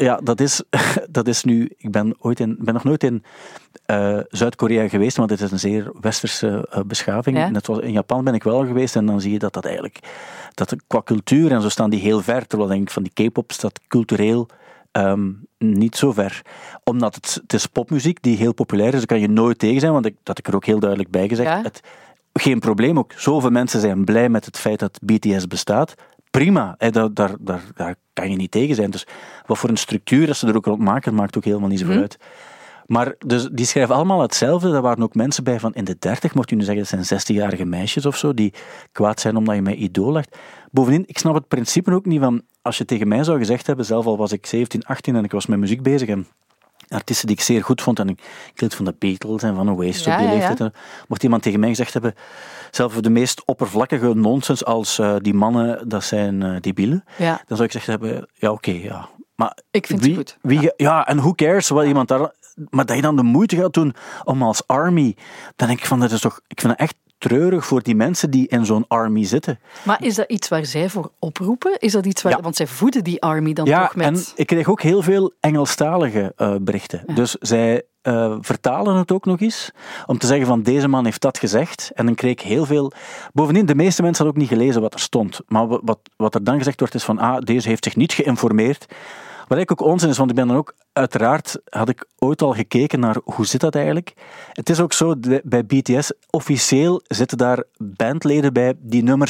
dat is nu... Ik ben nog nooit in Zuid-Korea geweest, want dit is een zeer westerse beschaving. Ja? Net zoals in Japan ben ik wel geweest en dan zie je dat eigenlijk... Dat qua cultuur en zo staan die heel ver. Terwijl denk ik van die K-pop staat cultureel niet zo ver. Omdat het is popmuziek die heel populair is, daar kan je nooit tegen zijn, want dat ik er ook heel duidelijk bij gezegd. Ja? Geen probleem ook. Zoveel mensen zijn blij met het feit dat BTS bestaat. Prima, daar kan je niet tegen zijn. Dus wat voor een structuur dat ze er ook rond maken, maakt ook helemaal niet zoveel uit. Maar dus, die schrijven allemaal hetzelfde. Daar waren ook mensen bij van in de 30, mocht je nu zeggen, dat zijn 16-jarige meisjes of zo, die kwaad zijn omdat je mij idool legt. Bovendien, ik snap het principe ook niet van, als je tegen mij zou gezegd hebben, zelf al was ik 17, 18 en ik was met muziek bezig en artiesten die ik zeer goed vond, en ik hield van de Beatles en van Oasis op die leeftijd. Mocht iemand tegen mij gezegd hebben, zelf de meest oppervlakkige nonsens als die mannen, dat zijn debielen, dan zou ik gezegd hebben, maar ik vind het goed. En who cares wat iemand daar... Maar dat je dan de moeite gaat doen om als Army, dan denk ik van, dat is toch... Ik vind het echt treurig voor die mensen die in zo'n Army zitten. Maar is dat iets waar zij voor oproepen? Is dat iets waar... Want zij voeden die Army dan toch met... Ja, en ik kreeg ook heel veel Engelstalige berichten. Ja. Dus zij vertalen het ook nog eens, om te zeggen van, deze man heeft dat gezegd. En dan kreeg ik heel veel... Bovendien, de meeste mensen hadden ook niet gelezen wat er stond. Maar wat er dan gezegd wordt is van, deze heeft zich niet geïnformeerd. Wat eigenlijk ook onzin is, want ik ben dan ook, uiteraard, had ik ooit al gekeken naar hoe zit dat eigenlijk. Het is ook zo, bij BTS, officieel zitten daar bandleden bij die nummers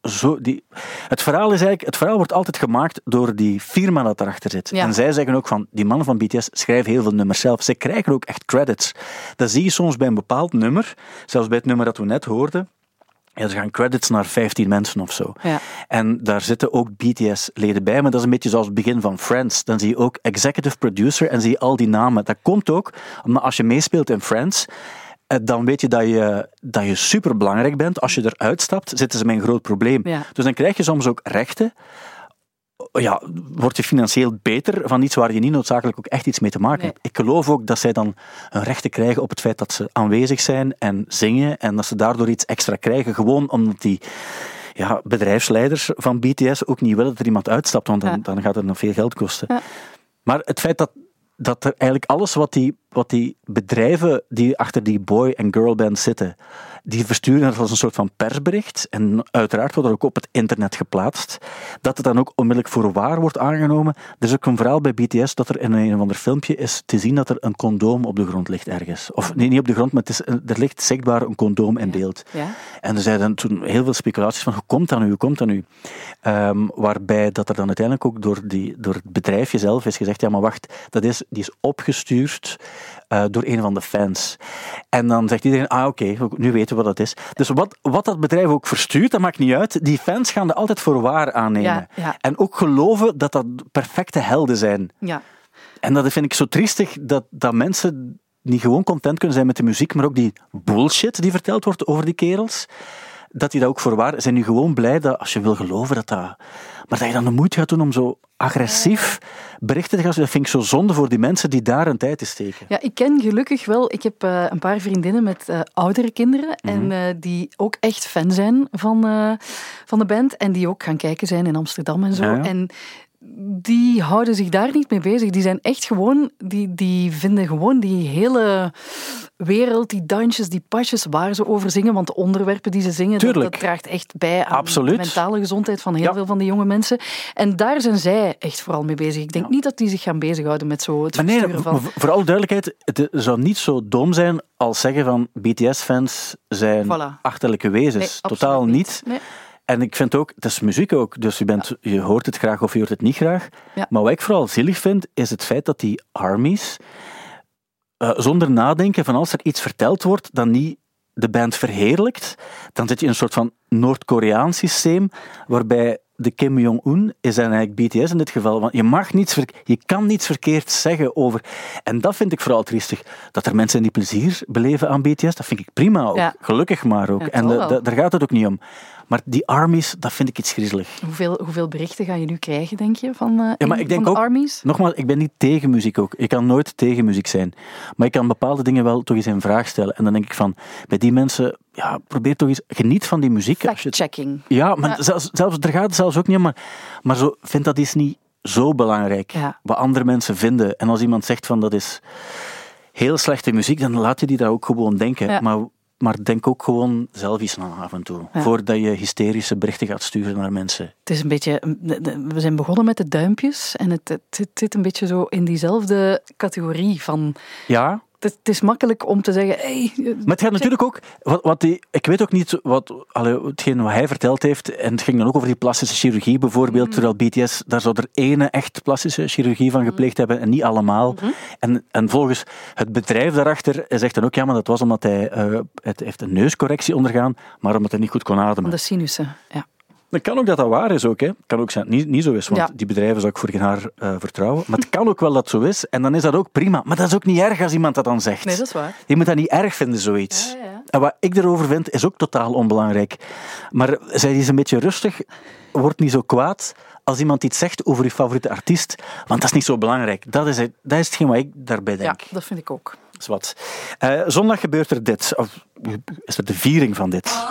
Het verhaal wordt altijd gemaakt door die firma dat erachter zit. Ja. En zij zeggen ook van, die mannen van BTS schrijven heel veel nummers zelf. Ze krijgen ook echt credits. Dat zie je soms bij een bepaald nummer, zelfs bij het nummer dat we net hoorden. Ja, er gaan credits naar 15 mensen of zo. Ja. En daar zitten ook BTS-leden bij, maar dat is een beetje zoals het begin van Friends. Dan zie je ook executive producer en zie je al die namen. Dat komt ook omdat als je meespeelt in Friends, dan weet je dat je superbelangrijk bent. Als je eruit stapt, zitten ze met een groot probleem. Ja. Dus dan krijg je soms ook rechten. Ja, word je financieel beter van iets waar je niet noodzakelijk ook echt iets mee te maken hebt. Ik geloof ook dat zij dan hun rechten krijgen op het feit dat ze aanwezig zijn en zingen en dat ze daardoor iets extra krijgen, gewoon omdat die bedrijfsleiders van BTS ook niet willen dat er iemand uitstapt, want dan gaat het nog veel geld kosten. Ja. Maar het feit dat er eigenlijk alles wat die bedrijven die achter die boy- en girlband zitten, die versturen het als een soort van persbericht. En uiteraard wordt dat ook op het internet geplaatst. Dat het dan ook onmiddellijk voor waar wordt aangenomen. Er is ook een verhaal bij BTS dat er in een of ander filmpje is te zien dat er een condoom op de grond ligt ergens. Of nee, niet op de grond, maar er ligt zichtbaar een condoom in beeld. Ja. En er zijn toen heel veel speculaties van, hoe komt dat nu? Waarbij dat er dan uiteindelijk ook door het bedrijfje zelf is gezegd, ja maar wacht, die is opgestuurd door een van de fans. En dan zegt iedereen, oké, nu weten we wat dat is. Dus wat dat bedrijf ook verstuurt, dat maakt niet uit. Die fans gaan dat altijd voor waar aannemen. Ja, ja. En ook geloven dat dat perfecte helden zijn. Ja. En dat vind ik zo triestig, dat mensen niet gewoon content kunnen zijn met de muziek, maar ook die bullshit die verteld wordt over die kerels, dat die dat ook voor waar zijn. Nu gewoon blij dat, als je wil geloven maar dat je dan de moeite gaat doen om zo agressief berichten te gaan. Dat vind ik zo zonde voor die mensen die daar een tijd in steken. Ja, ik ken gelukkig wel... Ik heb een paar vriendinnen met oudere kinderen en die ook echt fan zijn van de band en die ook gaan kijken zijn in Amsterdam en zo. Ja. En die houden zich daar niet mee bezig. Die zijn echt gewoon... Die vinden gewoon die hele wereld, die dansjes, die pasjes waar ze over zingen, want de onderwerpen die ze zingen, dat draagt echt bij aan de mentale gezondheid van heel veel van die jonge mensen. En daar zijn zij echt vooral mee bezig. Ik denk niet dat die zich gaan bezighouden met zo het versturen van... Voor alle duidelijkheid, het zou niet zo dom zijn als zeggen van BTS-fans zijn achterlijke wezens. Nee, totaal niet. Nee. En ik vind ook, het is muziek ook, dus je hoort het graag of je hoort het niet graag. Ja. Maar wat ik vooral zielig vind, is het feit dat die armies, zonder nadenken van als er iets verteld wordt, dan niet de band verheerlijkt, dan zit je in een soort van Noord-Koreaans systeem, waarbij de Kim Jong-un is dan eigenlijk BTS in dit geval, want je kan niets verkeerd zeggen over... En dat vind ik vooral triestig, dat er mensen die plezier beleven aan BTS, dat vind ik prima ook, gelukkig maar ook. En daar gaat het ook niet om. Maar die armies, dat vind ik iets griezelig. Hoeveel berichten ga je nu krijgen, denk je, van de armies? Nogmaals, ik ben niet tegen muziek ook. Ik kan nooit tegen muziek zijn. Maar ik kan bepaalde dingen wel toch eens in vraag stellen. En dan denk ik van, bij die mensen, probeer toch eens, geniet van die muziek. Fact-checking. Ja, maar daar gaat het zelfs ook niet om. Maar zo, vind dat is niet zo belangrijk. Ja. Wat andere mensen vinden. En als iemand zegt van, dat is heel slechte muziek, dan laat je die dat ook gewoon denken. Ja. Maar denk ook gewoon zelf eens na af en toe. Ja. Voordat je hysterische berichten gaat sturen naar mensen. Het is een beetje... We zijn begonnen met de duimpjes. En het zit een beetje zo in diezelfde categorie van... Ja. Het is makkelijk om te zeggen... Hey, maar het gaat natuurlijk ook... ik weet ook niet hetgeen wat hij verteld heeft. En het ging dan ook over die plastische chirurgie bijvoorbeeld. Terwijl BTS, daar zou er ene echt plastische chirurgie van gepleegd hebben. En niet allemaal. En volgens het bedrijf daarachter zegt dan ook... Ja, maar dat was omdat hij heeft een neuscorrectie ondergaan. Maar omdat hij niet goed kon ademen. Van de sinussen, ja. Het kan ook dat waar is ook. Hè. Het kan ook zijn dat het niet zo is, want die bedrijven zou ik voor geen haar vertrouwen. Maar het kan ook wel dat zo is. En dan is dat ook prima. Maar dat is ook niet erg als iemand dat dan zegt. Nee, dat is waar. Je moet dat niet erg vinden, zoiets. Ja. En wat ik erover vind, is ook totaal onbelangrijk. Maar zij is een beetje rustig. Word niet zo kwaad als iemand iets zegt over je favoriete artiest. Want dat is niet zo belangrijk. Dat is hetgeen wat ik daarbij denk. Ja, dat vind ik ook. Dat is wat. Zondag gebeurt er dit. Of is er de viering van dit.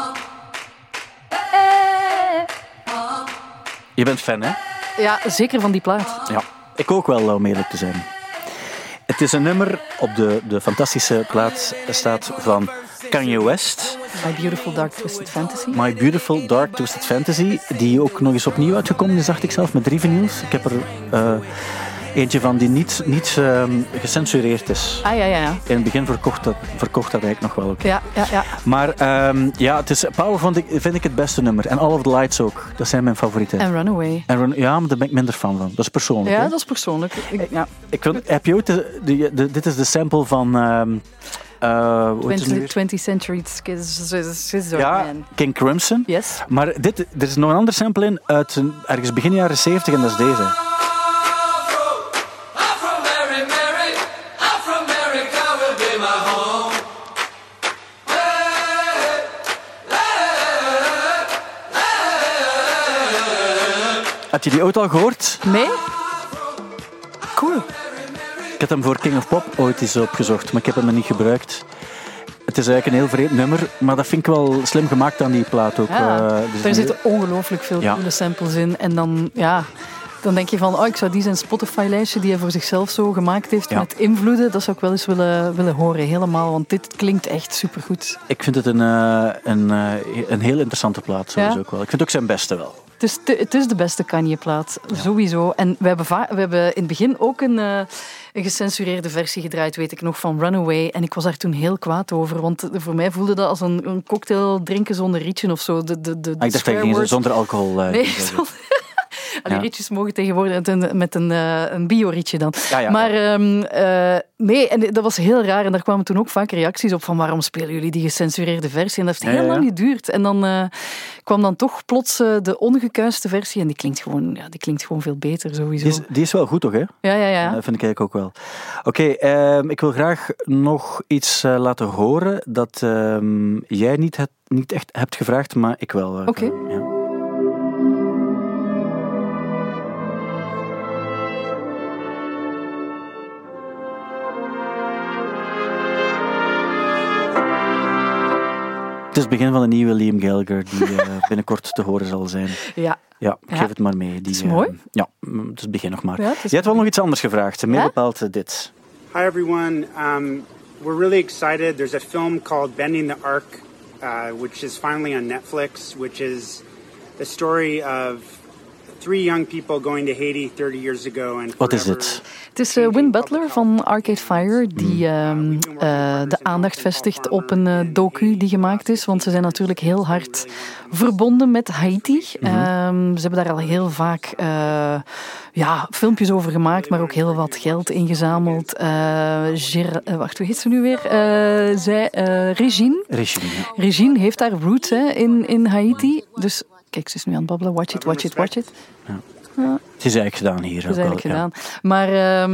Je bent fan, hè? Ja, zeker van die plaat. Ja, ik ook wel, om eerlijk te zijn. Het is een nummer op de fantastische plaat staat van Kanye West. My Beautiful Dark Twisted Fantasy. My Beautiful Dark Twisted Fantasy, die ook nog eens opnieuw uitgekomen is, dacht ik zelf, met 3 vinyls. Ik heb er Eentje van die niet gecensureerd is. Ja. In het begin verkocht dat eigenlijk nog wel ook. Ja. Maar het is Power vind ik het beste nummer. En All of the Lights ook. Dat zijn mijn favorieten. En Runaway. Ja, maar daar ben ik minder fan van. Dat is persoonlijk. Ja, dat is persoonlijk. Heb je ooit dit is de sample van... 20th Century Scissor Man. King Crimson. Yes. Maar er is nog een ander sample in uit ergens begin jaren 70 en dat is deze. Had je die ooit al gehoord? Nee? Cool. Ik had hem voor King of Pop ooit eens opgezocht, maar ik heb hem nog niet gebruikt. Het is eigenlijk een heel vreemd nummer, maar dat vind ik wel slim gemaakt aan die plaat ook. Ja, er zitten ongelooflijk veel coole samples in. En dan denk je van, ik zou die zijn Spotify-lijstje die hij voor zichzelf zo gemaakt heeft met invloeden, dat zou ik wel eens willen horen, helemaal. Want dit klinkt echt supergoed. Ik vind het een heel interessante plaat, sowieso ook wel. Ik vind ook zijn beste wel. Het is de beste Kanye-plaat, sowieso. En we hebben in het begin ook een gecensureerde versie gedraaid, weet ik nog, van Runaway. En ik was daar toen heel kwaad over, want voor mij voelde dat als een cocktail drinken zonder rietje of zo. Ik dacht dat je zonder alcohol... Nee, die rietjes mogen tegenwoordig met een bio-rietje dan. Ja. Maar nee, en dat was heel raar. En daar kwamen toen ook vaak reacties op van waarom spelen jullie die gecensureerde versie? En dat heeft heel lang geduurd. En dan kwam dan toch plots de ongekuiste versie. En die klinkt gewoon veel beter sowieso. Die is wel goed, toch? Hè? Ja. Dat vind ik eigenlijk ook wel. Oké, ik wil graag nog iets laten horen dat jij niet echt hebt gevraagd, maar ik wel. Oké. Ja. Het is het begin van een nieuwe Liam Gallagher die binnenkort te horen zal zijn. Ja, geef het maar mee. Het is mooi. Ja, het is het begin nog maar. Ja, je hebt wel nog iets anders gevraagd. Meer bepaald dit. Hi everyone. We're really excited. There's a film called Bending the Arc, which is finally on Netflix, which is the story of 3 young people going to Haiti 30 years ago. Wat is dit? Het is Win Butler van Arcade Fire die de aandacht vestigt op een docu die gemaakt is. Want ze zijn natuurlijk heel hard verbonden met Haiti. Ze hebben daar al heel vaak filmpjes over gemaakt, maar ook heel wat geld ingezameld. Wacht, hoe heet ze nu weer? Regine. Regine heeft daar roots in Haiti. Dus kijk, ze is nu aan het babbelen. Watch it. Ja. Het is eigenlijk gedaan hier. Het is eigenlijk gedaan. Maar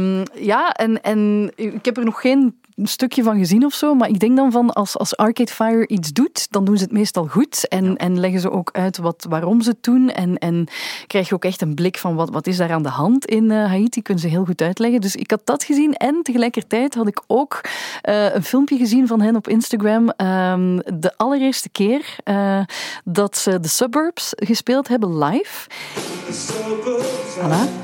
en ik heb er nog geen stukje van gezien of zo, maar ik denk dan van als Arcade Fire iets doet, dan doen ze het meestal goed en leggen ze ook uit waarom ze het doen en krijg je ook echt een blik van wat is daar aan de hand in Haiti, kunnen ze heel goed uitleggen. Dus ik had dat gezien en tegelijkertijd had ik ook een filmpje gezien van hen op Instagram. De allereerste keer dat ze The Suburbs gespeeld hebben live. Voilà.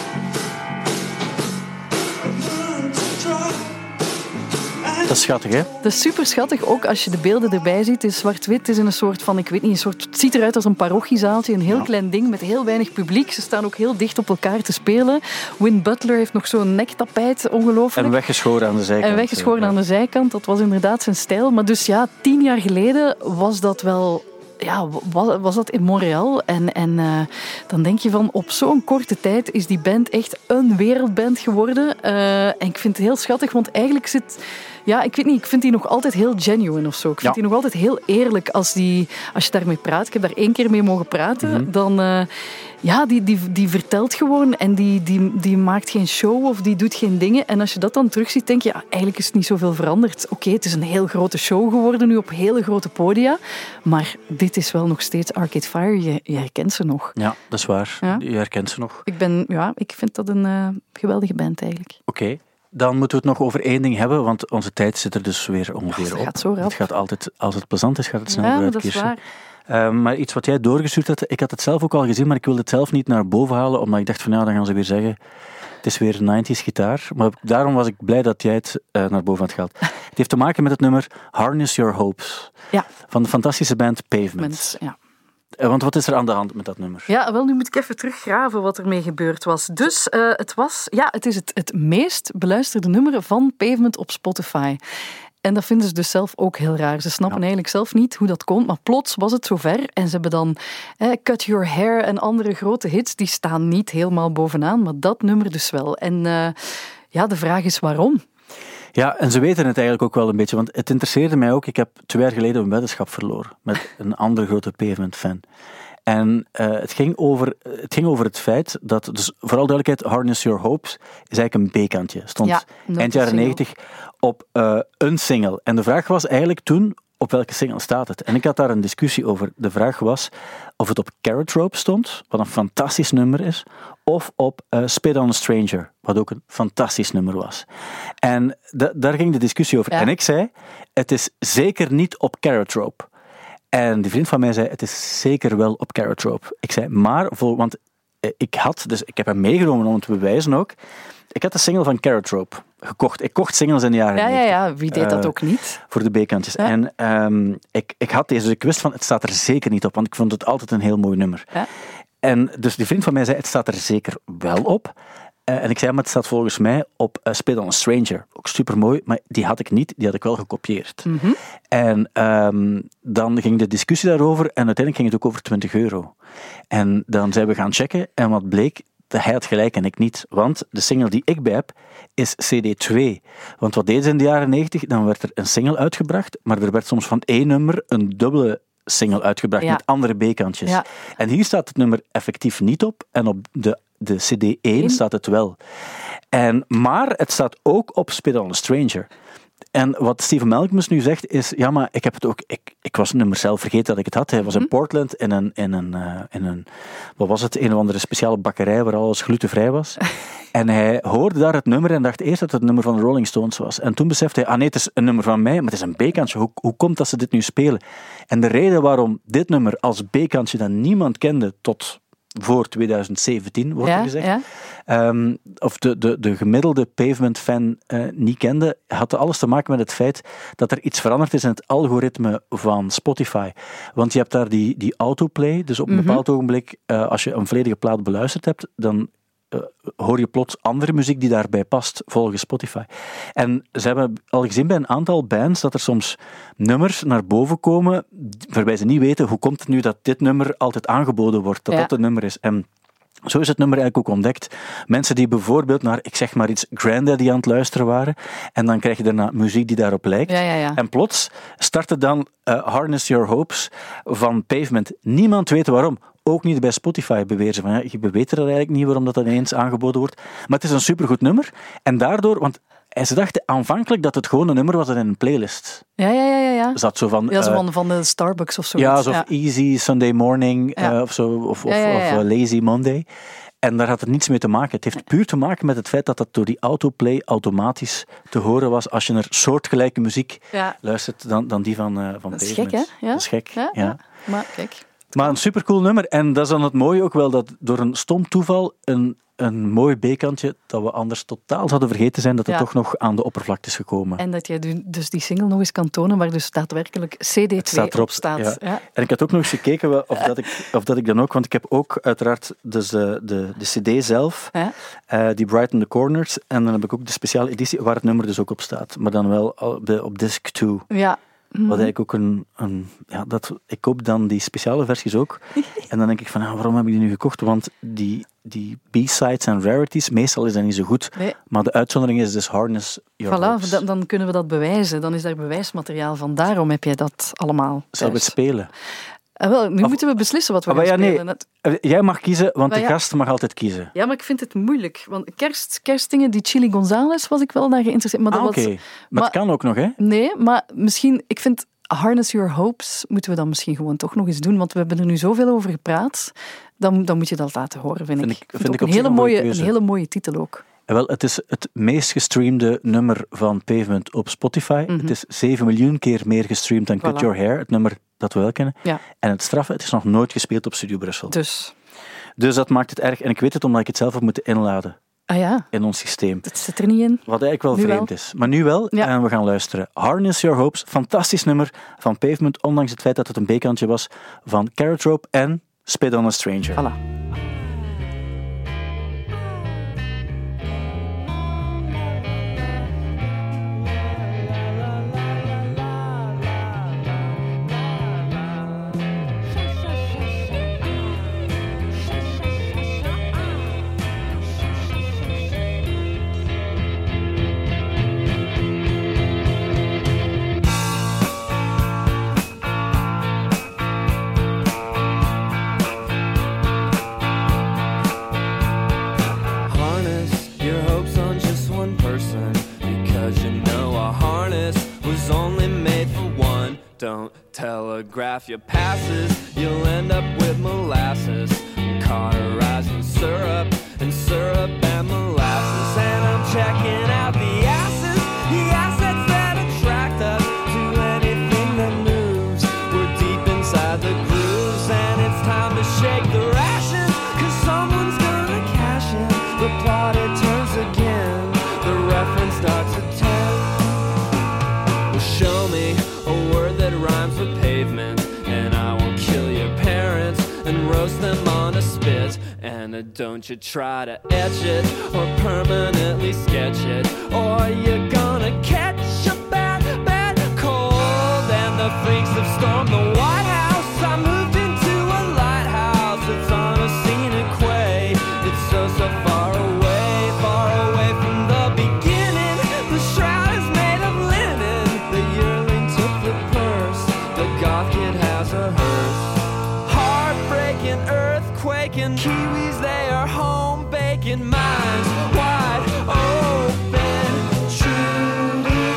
Dat is schattig, hè? Dat is super schattig, ook als je de beelden erbij ziet. Het is zwart-wit, het is in een soort van, het ziet eruit als een parochiezaaltje, een heel klein ding met heel weinig publiek. Ze staan ook heel dicht op elkaar te spelen. Win Butler heeft nog zo'n nektapijt, ongelooflijk. En weggeschoren aan de zijkant. Dat was inderdaad zijn stijl. Maar dus 10 jaar geleden was dat wel... Ja, was dat in Montreal. En dan denk je van, op zo'n korte tijd is die band echt een wereldband geworden. En ik vind het heel schattig, want eigenlijk zit... Ja, ik weet niet, ik vind die nog altijd heel genuine of zo. Ik vind die nog altijd heel eerlijk als je daarmee praat. Ik heb daar 1 keer mee mogen praten. Dan... die vertelt gewoon en die maakt geen show of die doet geen dingen. En als je dat dan terugziet, denk je, eigenlijk is het niet zoveel veranderd. Oké, het is een heel grote show geworden nu op hele grote podia. Maar dit is wel nog steeds Arcade Fire. Je herkent ze nog. Ja, dat is waar. Ja? Je herkent ze nog. Ik vind dat een geweldige band eigenlijk. Oké. Dan moeten we het nog over 1 ding hebben, want onze tijd zit er dus weer ongeveer op. Gaat zo rap. Het gaat altijd, als het plezant is, gaat het snel vooruit, dat is waar. Maar iets wat jij doorgestuurd had, ik had het zelf ook al gezien, maar ik wilde het zelf niet naar boven halen, omdat ik dacht van dan gaan ze weer zeggen, het is weer 90s gitaar. Maar daarom was ik blij dat jij het naar boven had gehaald. Het heeft te maken met het nummer Harness Your Hopes. Ja. Van de fantastische band Pavement. Ja. Want wat is er aan de hand met dat nummer? Ja, wel, nu moet ik even teruggraven wat ermee gebeurd was. Dus het is het meest beluisterde nummer van Pavement op Spotify. En dat vinden ze dus zelf ook heel raar. Ze snappen eigenlijk zelf niet hoe dat komt. Maar plots was het zover. En ze hebben dan Cut Your Hair en andere grote hits. Die staan niet helemaal bovenaan. Maar dat nummer dus wel. En de vraag is waarom? Ja, en ze weten het eigenlijk ook wel een beetje. Want het interesseerde mij ook. Ik heb 2 jaar geleden een weddenschap verloren. Met een andere grote Pavement-fan. En het ging over het feit dat, dus vooral duidelijkheid, Harness Your Hopes is eigenlijk een B-kantje. Stond eind jaren 90 op een single. En de vraag was eigenlijk toen, op welke single staat het? En ik had daar een discussie over. De vraag was of het op Carrot Rope stond, wat een fantastisch nummer is, of op Spit on a Stranger, wat ook een fantastisch nummer was. En daar ging de discussie over. Ja. En ik zei, het is zeker niet op Carrot Rope. En die vriend van mij zei, het is zeker wel op Carrot Rope. Ik zei, want ik heb hem meegenomen om het te bewijzen ook. Ik had de single van Carrot Rope gekocht. Ik kocht singles in de jaren 90. Ja, wie deed dat ook niet? Voor de B-kantjes. Ja. En ik had deze, dus ik wist van, het staat er zeker niet op, want ik vond het altijd een heel mooi nummer. Ja. En dus die vriend van mij zei, het staat er zeker wel op. En ik zei, maar het staat volgens mij op Spit on a Stranger. Ook supermooi, maar die had ik niet, die had ik wel gekopieerd. Mm-hmm. En dan ging de discussie daarover en uiteindelijk ging het ook over €20. En dan zijn we gaan checken en wat bleek, hij had gelijk en ik niet. Want de single die ik bij heb, is CD2. Want wat deden ze in de jaren 90? Dan werd er een single uitgebracht, maar er werd soms van één nummer een dubbele single uitgebracht met andere B-kantjes. Ja. En hier staat het nummer effectief niet op en op de CD1 staat het wel. Maar het staat ook op Spit on a Stranger. En wat Steven Malcolmus nu zegt is, ja, maar ik heb het ook, ik was het nummer zelf vergeten dat ik het had. Hij was in Portland in een wat was het, een of andere speciale bakkerij waar alles glutenvrij was. En hij hoorde daar het nummer en dacht eerst dat het nummer van de Rolling Stones was. En toen besefte hij, nee, het is een nummer van mij, maar het is een B-kantje. Hoe komt dat ze dit nu spelen? En de reden waarom dit nummer als B-kantje dat niemand kende tot voor 2017, wordt er gezegd. Ja. Of de gemiddelde Pavement-fan niet kende, had alles te maken met het feit dat er iets veranderd is in het algoritme van Spotify. Want je hebt daar die autoplay, dus op een bepaald ogenblik, als je een volledige plaat beluisterd hebt, dan hoor je plots andere muziek die daarbij past, volgens Spotify. En ze hebben al gezien bij een aantal bands dat er soms nummers naar boven komen waarbij ze niet weten hoe komt het nu dat dit nummer altijd aangeboden wordt, dat het nummer is. En zo is het nummer eigenlijk ook ontdekt. Mensen die bijvoorbeeld naar, ik zeg maar iets, Grandaddy aan het luisteren waren, en dan krijg je daarna muziek die daarop lijkt. Ja. En plots startte dan Harness Your Hopes van Pavement. Niemand weet waarom. Ook niet bij Spotify beweren ze van, je weet er eigenlijk niet waarom dat ineens aangeboden wordt. Maar het is een supergoed nummer. En daardoor, want ze dachten aanvankelijk dat het gewoon een nummer was in een playlist. Ja. Zat zo van... van de Starbucks of zo. Ja, zo Easy Sunday Morning of zo, of Lazy Monday. En daar had het niets mee te maken. Het heeft puur te maken met het feit dat dat door die autoplay automatisch te horen was als je naar soortgelijke muziek luistert dan die van Pavement. Dat is gek, hè? Ja? Dat is gek, ja. Maar kijk... Maar een supercool nummer. En dat is dan het mooie ook wel, dat door een stom toeval een mooi B-kantje dat we anders totaal zouden vergeten zijn, dat het toch nog aan de oppervlakte is gekomen. En dat je dus die single nog eens kan tonen, waar dus daadwerkelijk CD2 op staat. Ja. En ik had ook nog eens gekeken of dat ik dan ook, want ik heb ook uiteraard dus de CD zelf, die Brighten the Corners, en dan heb ik ook de speciale editie waar het nummer dus ook op staat. Maar dan wel op disc 2. Ja. Wat eigenlijk ook ik koop dan die speciale versies ook. En dan denk ik van, waarom heb ik die nu gekocht? Want die B-sides en rarities, meestal is dat niet zo goed. Nee. Maar de uitzondering is dus Harness Your Hopes. Dan kunnen we dat bewijzen. Dan is daar bewijsmateriaal van. Daarom heb jij dat allemaal. Zou we het spelen? Nu moeten we beslissen wat we gaan spelen. Nee. Jij mag kiezen, want de gast mag altijd kiezen. Ja, maar ik vind het moeilijk. Want kerstdingen, die Chili Gonzales, was ik wel naar geïnteresseerd. Maar oké. Maar het kan ook nog, hè? Nee, maar misschien... Ik vind Harness Your Hopes moeten we dan misschien gewoon toch nog eens doen. Want we hebben er nu zoveel over gepraat. Dan moet je dat laten horen, vind ik. Vind ik een hele mooie titel ook. Wel, het is het meest gestreamde nummer van Pavement op Spotify. Het is 7 miljoen keer meer gestreamd dan Cut Your Hair, het nummer dat we wel kennen. Ja. En het straffe, het is nog nooit gespeeld op Studio Brussel. Dus dat maakt het erg. En ik weet het omdat ik het zelf heb moeten inladen. in ons systeem. Dat zit er niet in. Wat eigenlijk wel vreemd is. Maar nu wel. Ja. En we gaan luisteren. Harness Your Hopes. Fantastisch nummer van Pavement. Ondanks het feit dat het een B-kantje was van Carrot Rope en Spit on a Stranger. Voilà. Don't telegraph your passes, you'll end up with molasses, cauterized in syrup and molasses. And I'm checking out the assets that attract us to anything that moves. We're deep inside the grooves, and it's time to shake the rations, 'cause someone's gonna cash in. The plot, it turns again, the reference starts at 10. Well, show me a word that rhymes with pavement, and I will kill your parents and roast them on a spit. And don't you try to etch it or permanently sketch it, or you're gonna catch a bad cold. And the freaks have stormed the White House. I moved into a lighthouse. It's on a scenic quay. It's so far away from the beginning. The shroud is made of linen. The yearling took the purse. The goth kid has a hearse. Heartbreaking, earthquaking Kiwis, they are home baking minds wide open. Truly,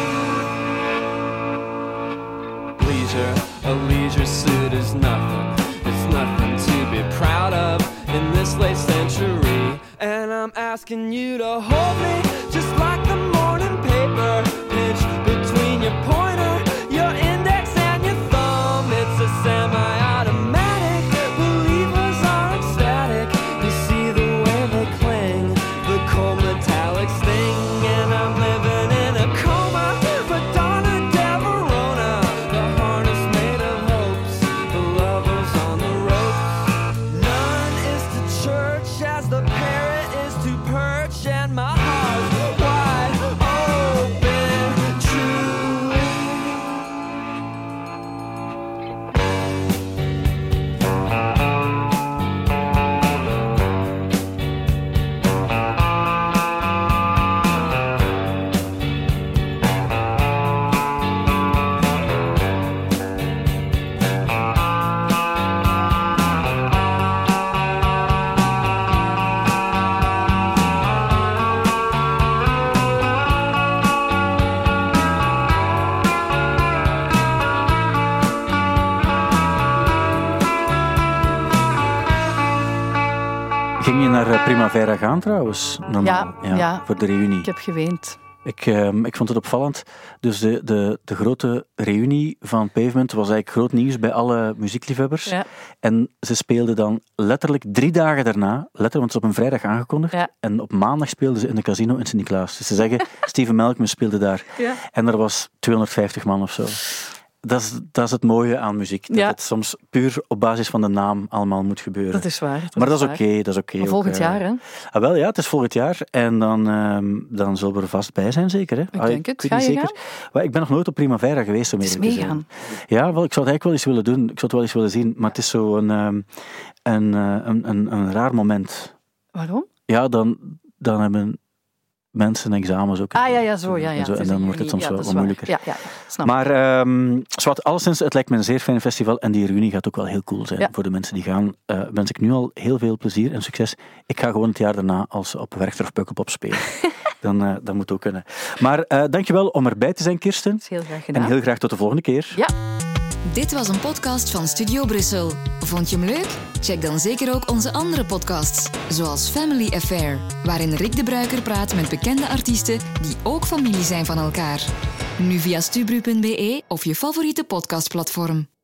leisure, a leisure suit is nothing. It's nothing to be proud of in this late century. And I'm asking you to hold me just like the morning paper. Pinch between your pointer, your index and your thumb. It's a semi-automatic. Believers are ecstatic. You see the way they cling, the cold metallic sting. And I'm living in a coma, Madonna del Verona. The harness made of hopes, the lovers on the ropes. None is to church as the parrot is to perch, and my heart's wide open, truly. Ging je naar Primavera gaan trouwens? Normaal. Ja. Voor de reunie. Ik heb geweend. Ik vond het opvallend. Dus de grote reunie van Pavement was eigenlijk groot nieuws bij alle muziekliefhebbers. Ja. En ze speelden dan letterlijk 3 dagen daarna, want het is op een vrijdag aangekondigd, en op maandag speelden ze in de casino in Sint-Niklaas. Dus ze zeggen, Steven Melkmus speelde daar. Ja. En er was 250 man of zo. Dat is het mooie aan muziek. Dat het soms puur op basis van de naam allemaal moet gebeuren. Dat is waar. Maar dat is oké. Maar volgend jaar, hè? Wel, ja, het is volgend jaar. En dan zullen we er vast bij zijn, zeker. Hè? Ik denk het. Ga je gaan? Maar ik ben nog nooit op Primavera geweest, om eerlijk te zijn. Ja, wel, ik zou het eigenlijk wel eens willen doen. Ik zou het wel eens willen zien. Maar het is zo een raar moment. Waarom? Ja, dan hebben mensen examens ook. Zo. En dan wordt het soms wel wat moeilijker. Ja, snap. Maar alleszins, het lijkt me een zeer fijn festival en die reunie gaat ook wel heel cool zijn. Ja. Voor de mensen die gaan, wens ik nu al heel veel plezier en succes. Ik ga gewoon het jaar daarna als op Werchter of Pukkelpop spelen. Dat moet ook kunnen. Maar dankjewel om erbij te zijn, Kirsten. Dat is heel graag gedaan. En heel graag tot de volgende keer. Ja. Dit was een podcast van Studio Brussel. Vond je hem leuk? Check dan zeker ook onze andere podcasts, zoals Family Affair, waarin Rick de Bruiker praat met bekende artiesten die ook familie zijn van elkaar. Nu via stubru.be of je favoriete podcastplatform.